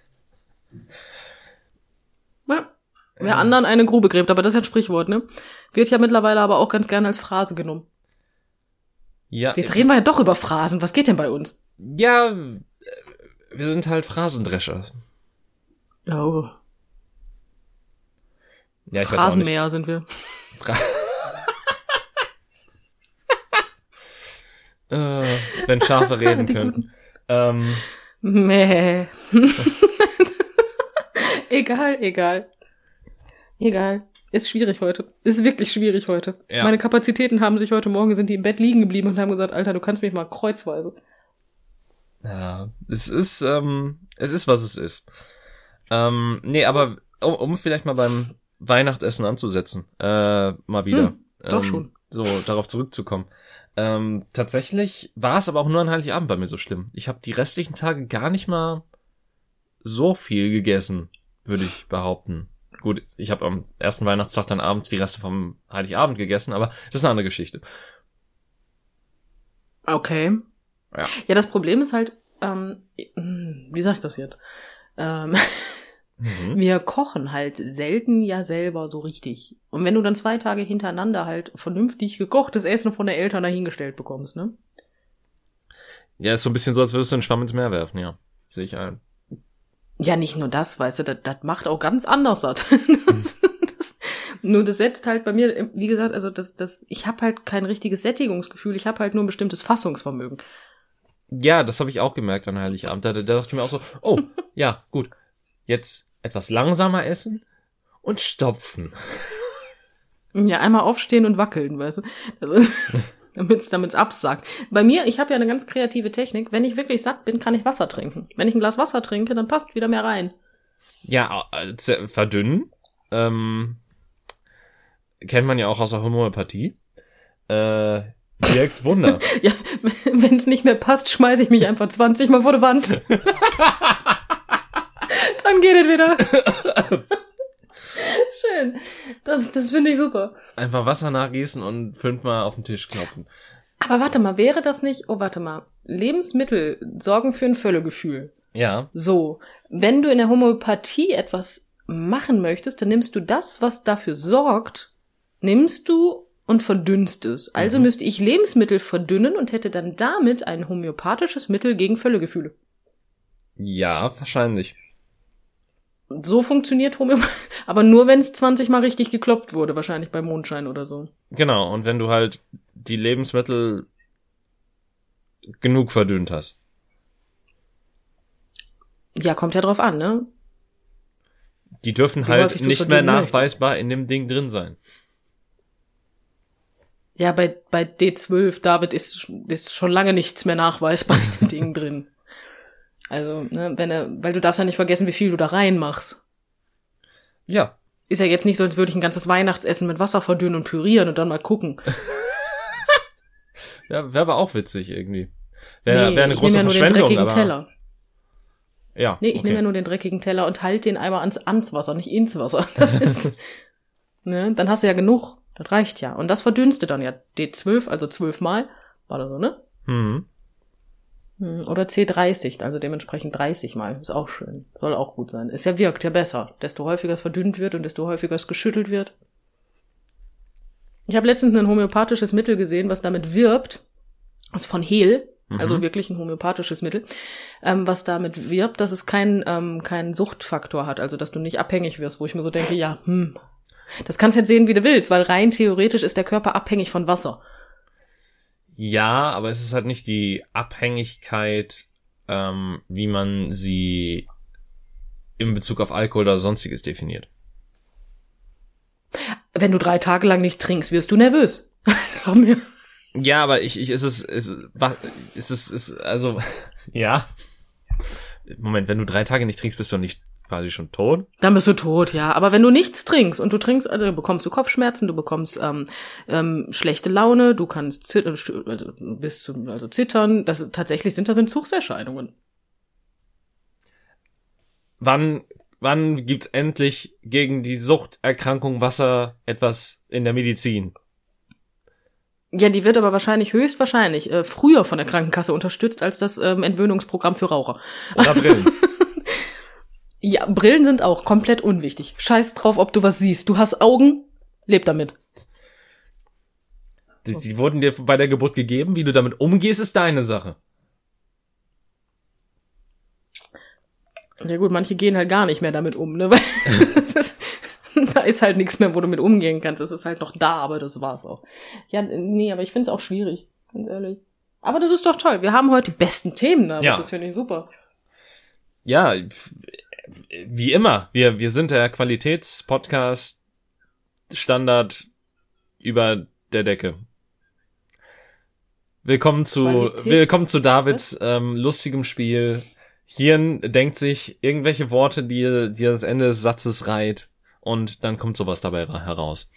B: Ja. Wer anderen eine Grube gräbt, aber das ist ein Sprichwort, ne? Wird ja mittlerweile aber auch ganz gerne als Phrase genommen.
A: Ja.
B: Jetzt reden wir ja doch über Phrasen. Was geht denn bei uns?
A: Ja, wir sind halt Phrasendrescher.
B: Oh.
A: Ja, ich
B: Phrasenmäher sind wir.
A: Fra äh, wenn Schafe reden könnten. Ähm.
B: Mäh. Egal, egal. Egal. Ist schwierig heute. Ist wirklich schwierig heute. Ja. Meine Kapazitäten haben sich heute Morgen, sind die im Bett liegen geblieben und haben gesagt, Alter, du kannst mich mal kreuzweise.
A: Ja, es ist, ähm, es ist, was es ist. Ähm, nee, aber um, um vielleicht mal beim Weihnachtsessen anzusetzen, äh, mal wieder.
B: Hm, doch
A: ähm,
B: schon.
A: So, darauf zurückzukommen. Ähm, tatsächlich war es aber auch nur an Heiligabend bei mir so schlimm. Ich habe die restlichen Tage gar nicht mal so viel gegessen, würde ich behaupten. Gut, ich habe am ersten Weihnachtstag dann abends die Reste vom Heiligabend gegessen, aber das ist eine andere Geschichte.
B: Okay.
A: Ja,
B: ja das Problem ist halt, ähm, wie sag ich das jetzt? Ähm, mhm. Wir kochen halt selten ja selber so richtig. Und wenn du dann zwei Tage hintereinander halt vernünftig gekochtes Essen von den Eltern dahingestellt bekommst, ne?
A: Ja, ist so ein bisschen so, als würdest du einen Schwamm ins Meer werfen, ja. Sehe ich ein.
B: Ja, nicht nur das, weißt du, das, das macht auch ganz anders satt. das, das, nur das setzt halt bei mir, wie gesagt, also das, das, ich habe halt kein richtiges Sättigungsgefühl, ich habe halt nur ein bestimmtes Fassungsvermögen.
A: Ja, das habe ich auch gemerkt an Heiligabend. Da, da dachte ich mir auch so, oh, ja, gut, jetzt etwas langsamer essen und stopfen.
B: Ja, einmal aufstehen und wackeln, weißt du. Das ist, damit's, damit's absackt. Bei mir, ich habe ja eine ganz kreative Technik. Wenn ich wirklich satt bin, kann ich Wasser trinken. Wenn ich ein Glas Wasser trinke, dann passt wieder mehr rein.
A: Ja, äh, verdünnen. Ähm, kennt man ja auch aus der Homöopathie. Äh, wirkt Wunder.
B: Ja, wenn es nicht mehr passt, schmeiße ich mich einfach zwanzig Mal vor die Wand. Dann geht es wieder. Schön. Das, das finde ich super.
A: Einfach Wasser nachgießen und fünfmal auf den Tisch klopfen.
B: Aber warte mal, wäre das nicht... Oh, warte mal. Lebensmittel sorgen für ein Völlegefühl.
A: Ja.
B: So, wenn du in der Homöopathie etwas machen möchtest, dann nimmst du das, was dafür sorgt, nimmst du und verdünnst es. Also mhm. müsste ich Lebensmittel verdünnen und hätte dann damit ein homöopathisches Mittel gegen Völlegefühle.
A: Ja, wahrscheinlich.
B: So funktioniert Homöopathie, aber nur wenn es zwanzig Mal richtig geklopft wurde, wahrscheinlich bei Mondschein oder so.
A: Genau, und wenn du halt die Lebensmittel genug verdünnt hast.
B: Ja, kommt ja drauf an, ne?
A: Die dürfen
B: Wie
A: halt nicht mehr nachweisbar
B: möchtest.
A: in dem Ding drin sein.
B: Ja, bei bei D zwölf, David, ist ist schon lange nichts mehr nachweisbar in dem Ding drin. Also, ne, wenn er, weil du darfst ja nicht vergessen, wie viel du da reinmachst.
A: Ja.
B: Ist ja jetzt nicht so, als würde ich ein ganzes Weihnachtsessen mit Wasser verdünnen und pürieren und dann mal gucken.
A: Ja, wäre aber auch witzig irgendwie. Wäre
B: nee,
A: wär eine
B: ich
A: große
B: nehme ja nur den
A: Verschwendung,
B: dreckigen
A: aber
B: Teller.
A: ja.
B: Nee, ich
A: okay.
B: nehme ja nur den dreckigen Teller und halt den einmal ans, ans Wasser, nicht ins Wasser. Das ist, ne, dann hast du ja genug. Das reicht ja. Und das verdünstet dann ja D zwölf, also zwölf Mal. War das so, ne?
A: Mhm.
B: Oder C dreißig, also dementsprechend dreißig Mal. Ist auch schön. Soll auch gut sein. Es ja wirkt ja besser. Desto häufiger es verdünnt wird und desto häufiger es geschüttelt wird. Ich habe letztens ein homöopathisches Mittel gesehen, was damit wirbt. Das ist von Hehl. Also
A: Mhm.
B: wirklich ein homöopathisches Mittel, ähm, was damit wirbt, dass es keinen ähm, keinen Suchtfaktor hat, also dass du nicht abhängig wirst, wo ich mir so denke, ja, hm, das kannst du jetzt sehen, wie du willst, weil rein theoretisch ist der Körper abhängig von Wasser.
A: Ja, aber es ist halt nicht die Abhängigkeit, ähm, wie man sie in Bezug auf Alkohol oder sonstiges definiert.
B: Wenn du drei Tage lang nicht trinkst, wirst du nervös. Glaub mir.
A: Ja, aber ich, ich, ist es, ist, was, ist es, ist, also, ja. Moment, wenn du drei Tage nicht trinkst, bist du nicht quasi schon tot?
B: Dann bist du tot, ja. Aber wenn du nichts trinkst und du trinkst, also bekommst du Kopfschmerzen, du bekommst ähm, ähm, schlechte Laune, du kannst zit- also, bist zum, also zittern. Das tatsächlich sind das Entzugserscheinungen.
A: Wann, wann gibt's endlich gegen die Suchterkrankung Wasser etwas in der Medizin?
B: Ja, die wird aber wahrscheinlich, höchstwahrscheinlich, äh, früher von der Krankenkasse unterstützt als das ähm, Entwöhnungsprogramm für Raucher.
A: Oder Brillen?
B: Ja, Brillen sind auch komplett unwichtig. Scheiß drauf, ob du was siehst. Du hast Augen, leb damit.
A: Die, die wurden dir bei der Geburt gegeben. Wie du damit umgehst, ist deine Sache.
B: Ja gut, manche gehen halt gar nicht mehr damit um, ne? Weil das ist, da ist halt nichts mehr, wo du mit umgehen kannst. Es ist halt noch da, aber das war's auch. Ja, nee, aber ich find's auch schwierig, ganz ehrlich. Aber das ist doch toll. Wir haben heute die besten Themen, ne?
A: Ja.
B: Das finde ich super.
A: Ja, wie immer. Wir, wir sind der Qualitätspodcast Standard über der Decke. Willkommen zu,
B: Qualitäts-
A: willkommen zu Davids ähm, lustigem Spiel. Hirn denkt sich irgendwelche Worte, die, die das Ende des Satzes reiht. Und dann kommt sowas dabei ra- heraus.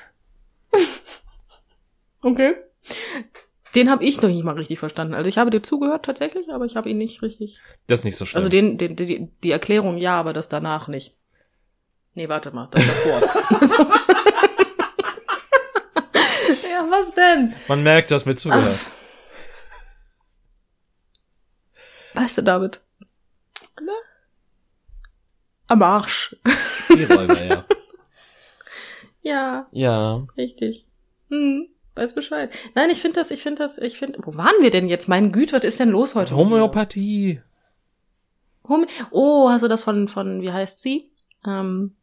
B: Okay. Den habe ich noch nicht mal richtig verstanden. Also ich habe dir zugehört tatsächlich, aber ich habe ihn nicht richtig.
A: Das ist nicht so schlimm.
B: Also den, den, die, die Erklärung ja, aber das danach nicht. Nee, warte mal, das davor. Ja, was denn?
A: Man merkt, dass mir zugehört.
B: Weißt du, David? Na? Am Arsch.
A: Die Räuber, ja.
B: Ja,
A: Ja.
B: richtig. Hm, weiß Bescheid. Nein, ich finde das, ich finde das, ich finde, wo waren wir denn jetzt? Mein Güte, was ist denn los heute?
A: Homöopathie.
B: Home oh, hast du das von, von, wie heißt sie? Ähm,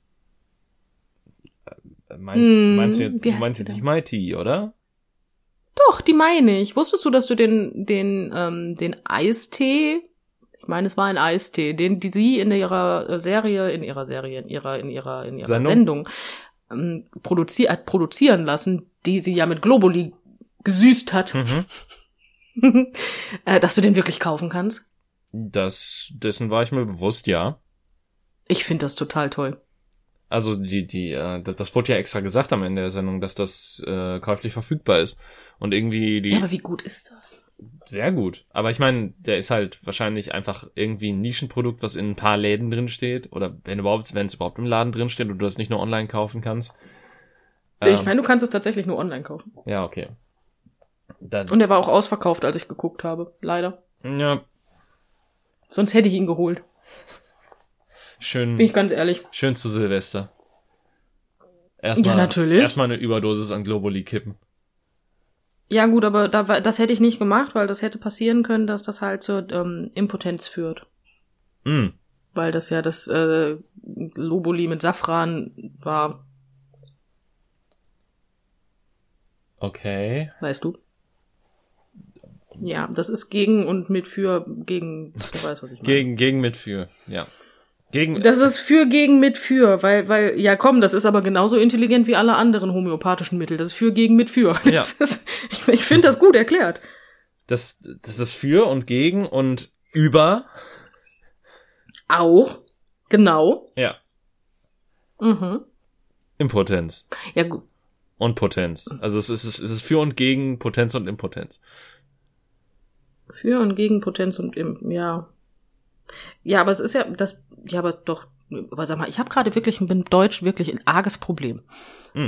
A: Mein,
B: Hm,
A: meinst du jetzt,
B: wie
A: du
B: heißt
A: meinst
B: sie
A: jetzt
B: denn?
A: nicht Mighty, oder?
B: doch, die meine ich. Wusstest du, dass du den, den, ähm, den Eistee, ich meine, es war ein Eistee, den die sie in ihrer Serie, in ihrer Serie, in ihrer, in ihrer, in ihrer
A: Sendung?
B: Sendung ähm, produzi hat produzieren lassen, die sie ja mit Globuli gesüßt hat,
A: Mhm.
B: äh, dass du den wirklich kaufen kannst.
A: Das, dessen war ich mir bewusst, ja.
B: Ich finde das total toll.
A: Also die, die, äh, das, das wurde ja extra gesagt am Ende der Sendung, dass das äh, käuflich verfügbar ist. Und irgendwie die
B: Ja, aber wie gut ist das?
A: sehr gut. Aber ich meine, der ist halt wahrscheinlich einfach irgendwie ein Nischenprodukt, was in ein paar Läden drin steht. Oder wenn überhaupt, wenn es überhaupt im Laden drin steht und du das nicht nur online kaufen kannst.
B: Ich
A: Ähm,
B: meine, du kannst es tatsächlich nur online kaufen.
A: ja, okay. Dann,
B: Und er war auch ausverkauft, als ich geguckt habe. Leider.
A: ja,
B: Sonst hätte ich ihn geholt.
A: schön.
B: Bin ich ganz ehrlich.
A: Schön zu Silvester. Erstmal,
B: Ja, natürlich.
A: Erstmal eine Überdosis an Globuli kippen.
B: Ja gut, aber da, war- das hätte ich nicht gemacht, weil das hätte passieren können, dass das halt zur ähm, Impotenz führt.
A: Mm.
B: Weil das ja das äh, Globuli mit Safran war,
A: Okay.
B: weißt du. Ja, das ist gegen und mit für, gegen, du weißt, was ich meine.
A: Gegen, gegen mit für, ja. Gegen,
B: Das ist für, gegen, mit, für, weil, weil, ja komm, das ist aber genauso intelligent wie alle anderen homöopathischen Mittel. Das ist für, gegen, mit, für. Das
A: Ja.
B: ist, ich ich finde das gut erklärt.
A: das, das ist für und gegen und über.
B: Auch, genau.
A: Ja.
B: Mhm.
A: Impotenz.
B: Ja gut.
A: Und Potenz. Also es ist, es ist für und gegen Potenz und Impotenz.
B: Für und gegen Potenz und im, ja. Ja, aber es ist ja, das, ja, aber doch, aber sag mal, ich habe gerade wirklich mit Deutsch wirklich ein arges Problem. Mm.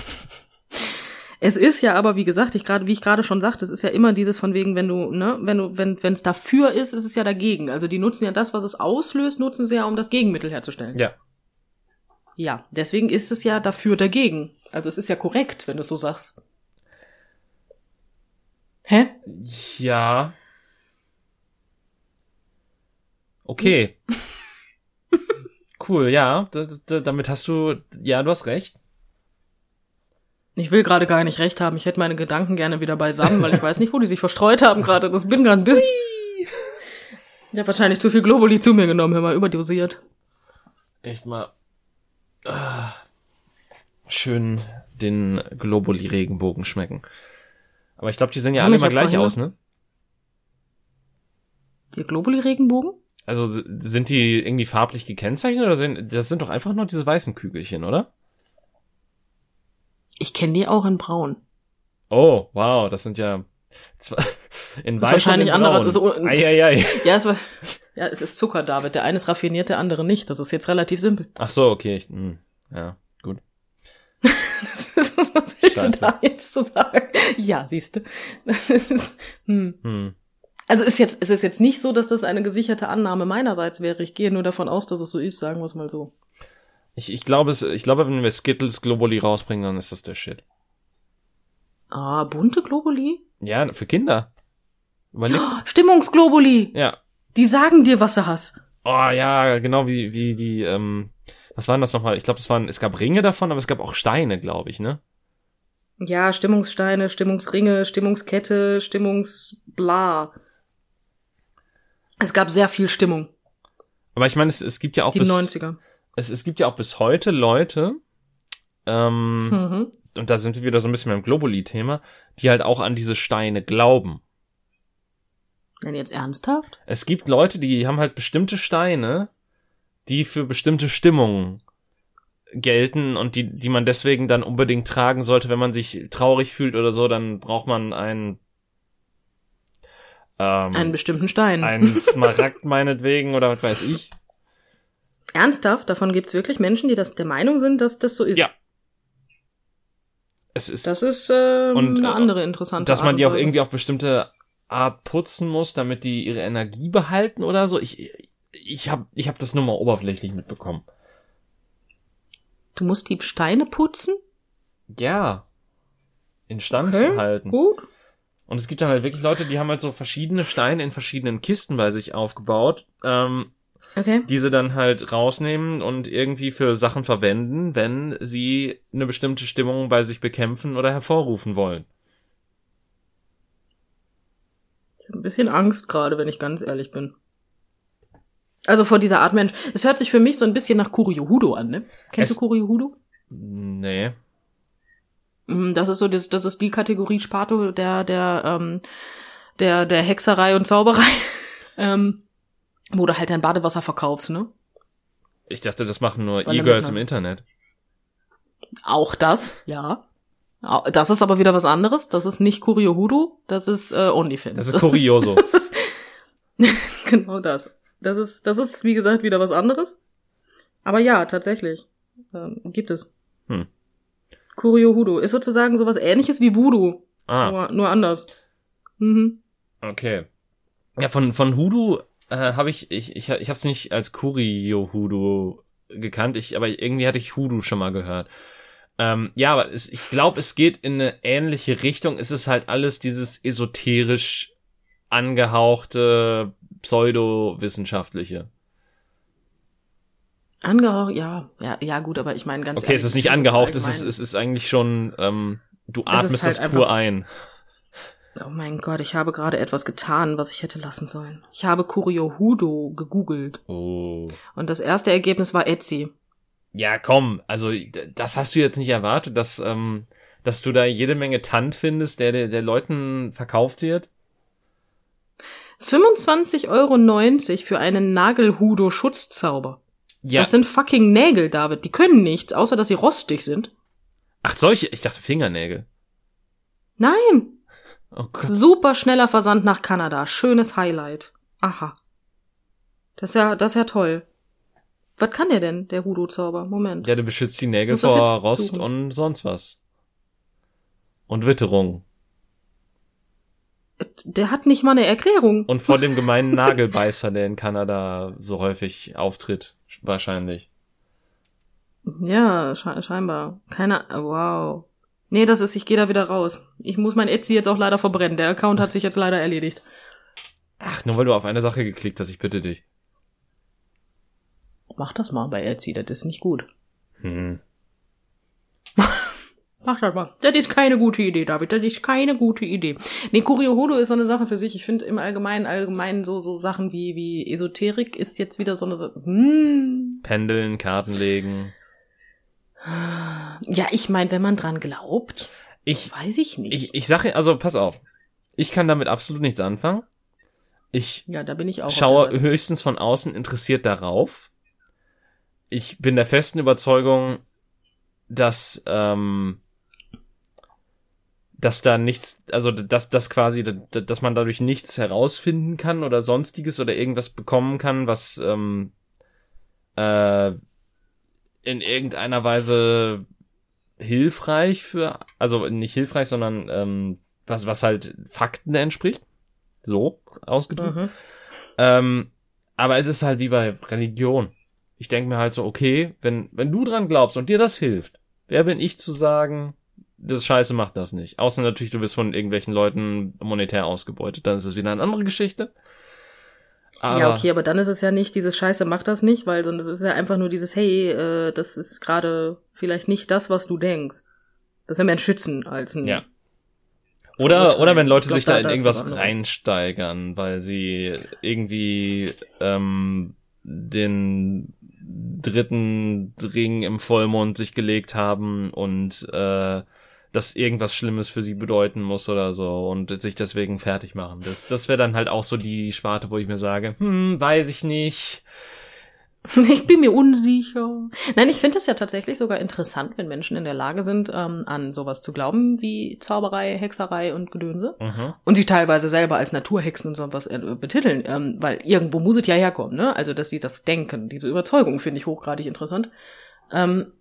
B: Es ist ja aber, wie gesagt, ich gerade, wie ich gerade schon sagte, es ist ja immer dieses von wegen, wenn du, ne, wenn du, wenn, wenn es dafür ist, ist es ja dagegen. Also die nutzen ja das, was es auslöst, nutzen sie ja, um das Gegenmittel herzustellen.
A: Ja.
B: Ja, deswegen ist es ja dafür dagegen. Also es ist ja korrekt, wenn du es so sagst. Hä?
A: Ja. Okay. Cool, ja. D- d- damit hast du, ja, du hast recht.
B: Ich will gerade gar nicht recht haben. Ich hätte meine Gedanken gerne wieder beisammen, weil ich weiß nicht, wo die sich verstreut haben gerade. Das bin gerade ein bisschen... Ich habe wahrscheinlich zu viel Globuli zu mir genommen, hör mal, überdosiert.
A: Echt mal ah, schön den Globuli-Regenbogen schmecken. Aber ich glaube, die sehen ja, ja alle immer gleich aus, ne?
B: Die Globuli-Regenbogen?
A: Also sind die irgendwie farblich gekennzeichnet oder sind das sind doch einfach nur diese weißen Kügelchen, oder?
B: Ich kenne die auch in braun.
A: Oh, wow, das sind ja zwei, in weiß
B: wahrscheinlich
A: und in braun.
B: Andere, so,
A: ei, ei, ei.
B: Ja, es war, ja, es ist Zucker, David. Der eine ist raffiniert, der andere nicht. Das ist jetzt relativ simpel.
A: Ach so, okay. Ich, mh, ja, gut.
B: Das ist, was willst Scheiße. du da jetzt so sagen? Ja, siehst du. hm. Hm. Also ist jetzt, es ist jetzt nicht so, dass das eine gesicherte Annahme meinerseits wäre. Ich gehe nur davon aus, dass es so ist, sagen wir es mal so.
A: Ich, ich glaube, es, ich glaube, wenn wir Skittles Globuli rausbringen, dann ist das der Shit.
B: Ah, bunte Globuli?
A: Ja, für Kinder. Überleg.
B: Oh, Stimmungsglobuli.
A: Ja.
B: Die sagen dir, was du hast.
A: Oh ja, genau wie wie die. Ähm, was waren das nochmal? Ich glaube, es waren, es gab Ringe davon, aber es gab auch Steine, glaube ich, ne?
B: Ja, Stimmungssteine, Stimmungsringe, Stimmungskette, Stimmungsbla. Es gab sehr viel Stimmung.
A: Aber ich meine, es, es gibt ja auch
B: die
A: bis
B: neunziger.
A: Es, es gibt ja auch bis heute Leute, ähm, mhm. und da sind wir wieder so ein bisschen beim Globuli-Thema, die halt auch an diese Steine glauben.
B: Denn jetzt ernsthaft?
A: Es gibt Leute, die haben halt bestimmte Steine, die für bestimmte Stimmungen gelten und die, die man deswegen dann unbedingt tragen sollte, wenn man sich traurig fühlt oder so, dann braucht man einen ähm,
B: einen bestimmten Stein.
A: Einen Smaragd meinetwegen oder was weiß ich.
B: Ernsthaft? Davon gibt's wirklich Menschen, die das der Meinung sind, dass das so ist?
A: Ja. Es ist,
B: das ist äh,
A: und,
B: eine andere interessante
A: dass man die auch
B: Art
A: irgendwie auf bestimmte Art putzen muss, damit die ihre Energie behalten oder so. Ich ich habe ich hab das nur mal oberflächlich mitbekommen.
B: Du musst die Steine putzen?
A: Ja. Instand
B: okay,
A: halten.
B: Gut.
A: Und es gibt dann halt wirklich Leute, die haben halt so verschiedene Steine in verschiedenen Kisten bei sich aufgebaut. Ähm,
B: Okay.
A: Die sie dann halt rausnehmen und irgendwie für Sachen verwenden, wenn sie eine bestimmte Stimmung bei sich bekämpfen oder hervorrufen wollen.
B: Ich habe ein bisschen Angst gerade, wenn ich ganz ehrlich bin. Also vor dieser Art Mensch. Es hört sich für mich so ein bisschen nach Kuriohudo an, ne? Kennst es, du Kuriohudo?
A: Nee.
B: Das ist so, das, das ist die Kategorie Sparte der, der, ähm, der, der Hexerei und Zauberei. ähm, Wo du halt dein Badewasser verkaufst, ne?
A: Ich dachte, das machen nur E-Girls im Internet.
B: Auch das, ja. Das ist aber wieder was anderes. Das ist nicht Kuriohudo, das ist äh, OnlyFans.
A: Das ist Kurioso.
B: Das ist, genau das. Das ist, das ist, wie gesagt, wieder was anderes. Aber ja, tatsächlich. Ähm, gibt es. Hm. Kuriohudo ist sozusagen sowas Ähnliches wie Voodoo.
A: Ah.
B: Nur, nur anders. Mhm.
A: Okay. Ja, von, von Hoodoo Äh, habe ich, ich, ich, ich habe es nicht als Kurio-Hoodoo gekannt, ich, aber irgendwie hatte ich Hoodoo schon mal gehört. Ähm, ja, aber es, ich glaube, es geht in eine ähnliche Richtung. Es ist halt alles dieses esoterisch angehauchte, pseudowissenschaftliche.
B: Angehaucht, ja, ja, ja, gut, aber ich meine ganz
A: Okay,
B: ehrlich,
A: es ist nicht angehaucht, es ist, es ist eigentlich schon, ähm, du atmest halt das pur ein.
B: Oh mein Gott, ich habe gerade etwas getan, was ich hätte lassen sollen. Ich habe Kuriohudo gegoogelt.
A: Oh.
B: Und das erste Ergebnis war Etsy.
A: Ja, komm, also das hast du jetzt nicht erwartet, dass ähm, dass du da jede Menge Tant findest, der, der der Leuten verkauft wird?
B: fünfundzwanzig Euro neunzig für einen Nagel-Hudo-Schutzzauber.
A: Ja.
B: Das sind fucking Nägel, David. Die können nichts, außer dass sie rostig sind.
A: Ach, solche? Ich dachte Fingernägel.
B: Nein.
A: Oh Gott.
B: Super schneller Versand nach Kanada. Schönes Highlight. Aha. Das ist ja, das ist ja toll. Was kann der denn, der Voodoo-Zauber? Moment.
A: Ja, du beschützt die Nägel
B: Muss das
A: vor
B: jetzt
A: Rost
B: suchen.
A: und sonst was. Und Witterung.
B: Der hat nicht mal eine Erklärung.
A: Und vor dem gemeinen Nagelbeißer, der in Kanada so häufig auftritt. Wahrscheinlich.
B: Ja, sche- scheinbar. Keine, wow. Nee, das ist, ich gehe da wieder raus. Ich muss mein Etsy jetzt auch leider verbrennen. Der Account hat sich jetzt leider erledigt.
A: Ach, nur weil du auf eine Sache geklickt hast, ich bitte dich.
B: Mach das mal bei Etsy, das ist nicht gut.
A: Hm.
B: Mach das mal. Das ist keine gute Idee, David. Das ist keine gute Idee. Nee, Kuriohodo ist so eine Sache für sich. Ich finde im Allgemeinen, allgemein so, so Sachen wie, wie Esoterik ist jetzt wieder so eine Sache. Hm.
A: Pendeln, Karten legen.
B: Ja, ich meine, wenn man dran glaubt,
A: Ich,
B: weiß ich nicht.
A: ich, ich sage, also pass auf. Ich kann damit absolut nichts anfangen. Ich
B: ja, da bin ich auch. auf
A: schaue
B: der Seite.
A: höchstens von außen interessiert darauf. Ich bin der festen Überzeugung, dass ähm, dass da nichts, also dass dass quasi, dass man dadurch nichts herausfinden kann oder sonstiges oder irgendwas bekommen kann, was ähm, äh, in irgendeiner Weise hilfreich für, also nicht hilfreich, sondern ähm, was was halt Fakten entspricht, so ausgedrückt.
B: Mhm.
A: Ähm, aber es ist halt wie bei Religion. Ich denke mir halt so, okay, wenn wenn du dran glaubst und dir das hilft, wer bin ich zu sagen, das Scheiße macht das nicht. Außer natürlich, du wirst von irgendwelchen Leuten monetär ausgebeutet. Dann ist es wieder eine andere Geschichte. Aber
B: Ja, okay, aber dann ist es ja nicht dieses Scheiße, mach das nicht, weil sondern es ist ja einfach nur dieses, hey, äh, das ist gerade vielleicht nicht das, was du denkst. Das ist ja mehr ein Schützen als ein...
A: Ja. Oder,
B: Verurteilen.
A: oder wenn Leute
B: Ich glaub,
A: sich da
B: da-
A: in
B: da ist
A: irgendwas
B: was anderes.
A: reinsteigern, weil sie irgendwie ähm, den dritten Ring im Vollmond sich gelegt haben und äh, das irgendwas Schlimmes für sie bedeuten muss oder so und sich deswegen fertig machen. Das, das wäre dann halt auch so die Sparte, wo ich mir sage, hm, weiß ich nicht.
B: Ich bin mir unsicher. Nein, ich finde es ja tatsächlich sogar interessant, wenn Menschen in der Lage sind, ähm, an sowas zu glauben wie Zauberei, Hexerei und Gedönse.
A: Mhm.
B: Und sie teilweise selber als Naturhexen und sowas äh, betiteln, ähm, weil irgendwo muss es ja herkommen, ne? Also, dass sie das denken, diese Überzeugung finde ich hochgradig interessant. Ähm,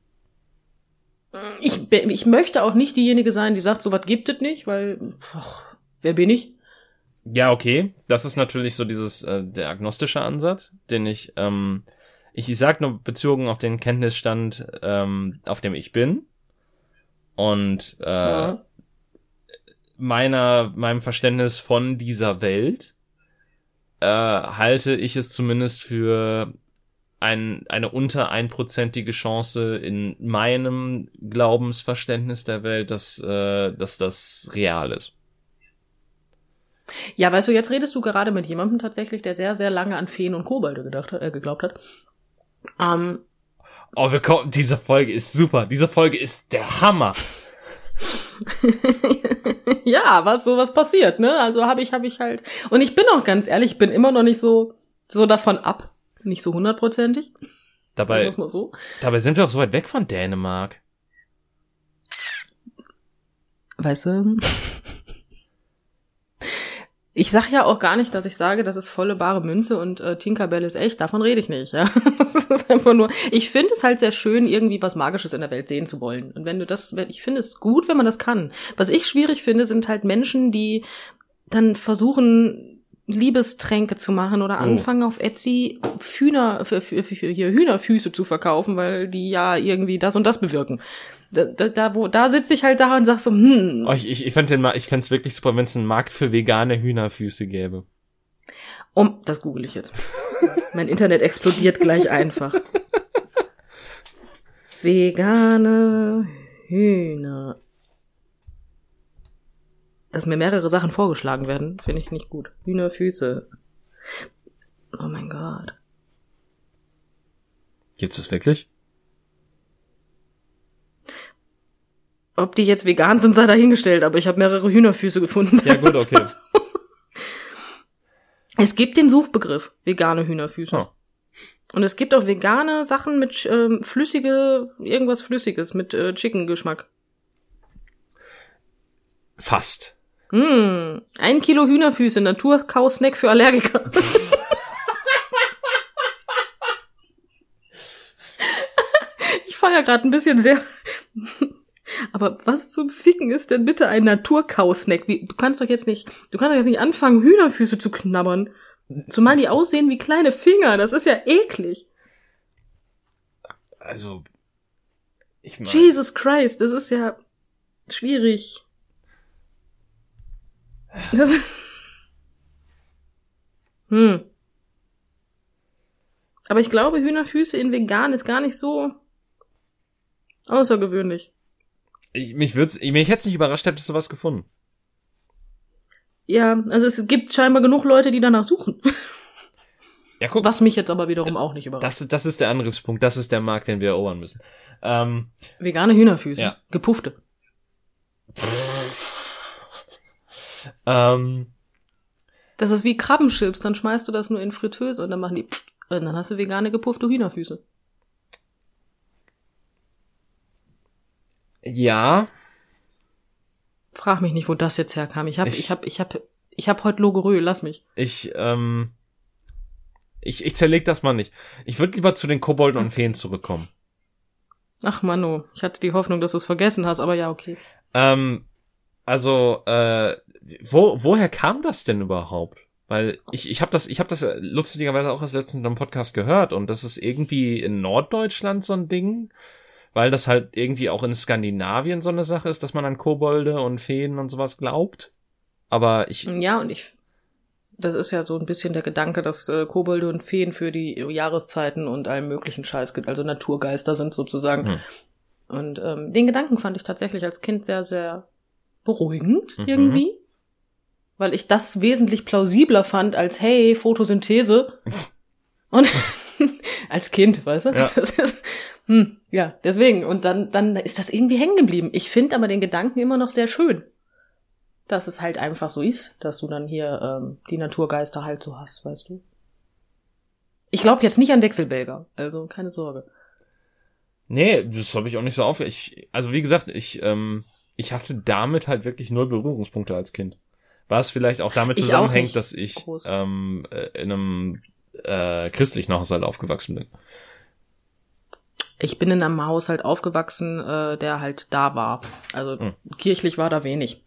B: ich, be- ich möchte auch nicht diejenige sein, die sagt, sowas gibt es nicht, weil, ach, wer bin ich?
A: Ja, okay. Das ist natürlich so dieses, äh, der agnostische Ansatz, den ich, ähm, ich, ich sag nur bezogen auf den Kenntnisstand, ähm, auf dem ich bin. Und, äh,
B: Ja.
A: meiner, meinem Verständnis von dieser Welt, äh, halte ich es zumindest für ein, eine unter einprozentige Chance in meinem Glaubensverständnis der Welt, dass, äh, dass das real ist.
B: Ja, weißt du, jetzt redest du gerade mit jemandem tatsächlich, der sehr, sehr lange an Feen und Kobolde gedacht hat, äh, geglaubt hat. Ähm,
A: Oh, wir kommen, diese Folge ist super. Diese Folge ist der Hammer.
B: ja, was sowas passiert, ne? Also habe ich, habe ich halt. Und ich bin auch ganz ehrlich, ich bin immer noch nicht so, so davon ab. Nicht so hundertprozentig.
A: Dabei,
B: Sagen wir's mal so.
A: dabei sind wir auch so weit weg von Dänemark.
B: Weißt du? Ich sag ja auch gar nicht, dass ich sage, das ist volle bare Münze und äh, Tinkerbell ist echt. Davon rede ich nicht, ja. Das ist einfach nur, ich finde es halt sehr schön, irgendwie was Magisches in der Welt sehen zu wollen. Und wenn du das, wenn, ich finde es gut, wenn man das kann. Was ich schwierig finde, sind halt Menschen, die dann versuchen, Liebestränke zu machen oder
A: Oh.
B: anfangen auf Etsy Hühner, für, für, für, für hier Hühnerfüße zu verkaufen, weil die ja irgendwie das und das bewirken. Da, da, da, wo, da sitze ich halt da und sag so, hm,
A: Oh, ich ich, ich fände den Ma- ich fänd's wirklich super, wenn es einen Markt für vegane Hühnerfüße gäbe.
B: um, das google ich jetzt. Mein Internet explodiert gleich einfach. Vegane Hühner. Dass mir mehrere Sachen vorgeschlagen werden, finde ich nicht gut. Hühnerfüße. Oh mein Gott.
A: Gibt's das wirklich?
B: Ob die jetzt vegan sind, sei dahingestellt, aber ich habe mehrere Hühnerfüße gefunden.
A: Ja, gut, okay.
B: Es gibt den Suchbegriff vegane Hühnerfüße.
A: Oh.
B: Und es gibt auch vegane Sachen mit ähm, flüssige, irgendwas Flüssiges, mit äh, Chicken-Geschmack.
A: Fast.
B: Mm, ein Kilo Hühnerfüße, Naturkau-Snack für Allergiker. Ich feiere gerade ein bisschen sehr. Aber was zum Ficken ist denn bitte ein Naturkau-Snack? Wie, du kannst doch jetzt nicht, du kannst doch jetzt nicht anfangen, Hühnerfüße zu knabbern. Zumal die aussehen wie kleine Finger. Das ist ja eklig.
A: Also, ich meine...
B: Jesus Christ, das ist ja schwierig. Das ist... Hm. Aber ich glaube, Hühnerfüße in vegan ist gar nicht so außergewöhnlich.
A: Ich, mich würd's, mich hätte es nicht überrascht, hättest du was gefunden.
B: Ja, also es gibt scheinbar genug Leute, die danach suchen.
A: Ja, guck.
B: Was mich jetzt aber wiederum auch nicht überrascht.
A: Das, das ist der Angriffspunkt, das ist der Markt, den wir erobern müssen. Ähm,
B: Vegane Hühnerfüße,
A: ja.
B: Gepuffte.
A: ähm,
B: Das ist wie Krabbenchips, dann schmeißt du das nur in Fritteuse und dann machen die pff, und dann hast du vegane gepuffte Hühnerfüße.
A: ja.
B: Frag mich nicht, wo das jetzt herkam. Ich hab,
A: ich,
B: ich hab, ich hab, ich hab heute Logorö, lass mich.
A: Ich, ähm, ich, ich zerleg das mal nicht. Ich würde lieber zu den Kobolden und Feen zurückkommen.
B: Ach Mano, ich hatte die Hoffnung, dass du es vergessen hast, aber ja, okay.
A: Ähm, also, äh, wo, woher kam das denn überhaupt? Weil ich, ich habe das, ich habe das lustigerweise auch als letzten im Podcast gehört und das ist irgendwie in Norddeutschland so ein Ding, weil das halt irgendwie auch in Skandinavien so eine Sache ist, dass man an Kobolde und Feen und sowas glaubt. Aber ich...
B: Ja, und ich... Das ist ja so ein bisschen der Gedanke, dass äh, Kobolde und Feen für die Jahreszeiten und allem möglichen Scheiß gibt, also Naturgeister sind sozusagen. Hm. Und ähm, den Gedanken fand ich tatsächlich als Kind sehr, sehr beruhigend mhm. irgendwie. Weil ich das wesentlich plausibler fand als, hey, Photosynthese. Und als Kind, weißt du?
A: Ja.
B: Das ist, hm, ja, deswegen. Und dann, dann ist das irgendwie hängen geblieben. Ich finde aber den Gedanken immer noch sehr schön. Dass es halt einfach so ist, dass du dann hier ähm, die Naturgeister halt so hast, weißt du? Ich glaube jetzt nicht an Wechselbälger, also keine Sorge.
A: Nee, das habe ich auch nicht so auf. Ich, also wie gesagt, ich, ähm, ich hatte damit halt wirklich null Berührungspunkte als Kind. Was vielleicht auch damit zusammenhängt, dass ich ähm, in einem äh, christlichen Haushalt aufgewachsen bin.
B: Ich bin in einem Haushalt aufgewachsen, äh, der halt da war. Also hm. kirchlich war da wenig.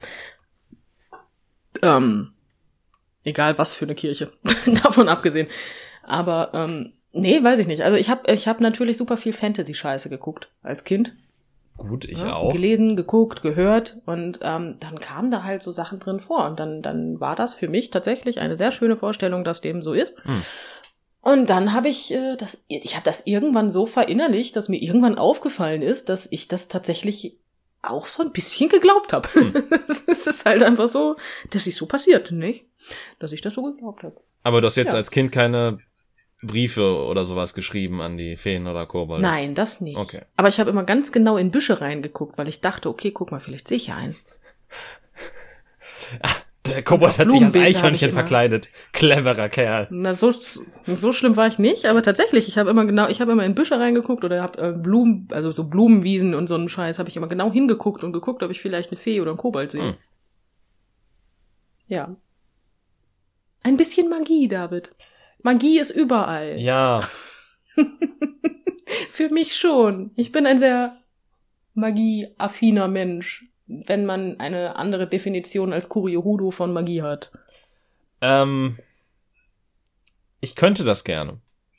B: Ähm, egal was für eine Kirche, davon abgesehen. Aber ähm, nee, weiß ich nicht. Also ich habe ich hab natürlich super viel Fantasy-Scheiße geguckt als Kind.
A: Gut, ich
B: ja,
A: auch.
B: Gelesen, geguckt, gehört und ähm, dann kamen da halt so Sachen drin vor. Und dann dann war das für mich tatsächlich eine sehr schöne Vorstellung, dass dem so ist. Hm. Und dann habe ich äh, das, ich habe das irgendwann so verinnerlicht, dass mir irgendwann aufgefallen ist, dass ich das tatsächlich auch so ein bisschen geglaubt habe. Hm. Es ist halt einfach so, dass es so passiert, nicht? Dass ich das so geglaubt habe.
A: Aber du hast jetzt
B: ja.
A: als Kind keine Briefe oder sowas geschrieben an die Feen oder Kobolde?
B: Nein, das nicht.
A: Okay.
B: Aber ich habe immer ganz genau in Büsche reingeguckt, weil ich dachte, okay, guck mal, vielleicht sehe ich ja einen.
A: Ach, der Kobold hat sich als Eichhörnchen verkleidet. Cleverer Kerl.
B: Na, so, so schlimm war ich nicht, aber tatsächlich, ich habe immer genau, ich habe immer in Büsche reingeguckt oder habe äh, Blumen, also so Blumenwiesen und so einen Scheiß, habe ich immer genau hingeguckt und geguckt, ob ich vielleicht eine Fee oder einen Kobold sehe. Hm. Ja. Ein bisschen Magie, David. Magie ist überall.
A: Ja.
B: Für mich schon. Ich bin ein sehr magieaffiner Mensch, wenn man eine andere Definition als Kuriohudo von Magie hat.
A: Ähm, ich könnte das gerne.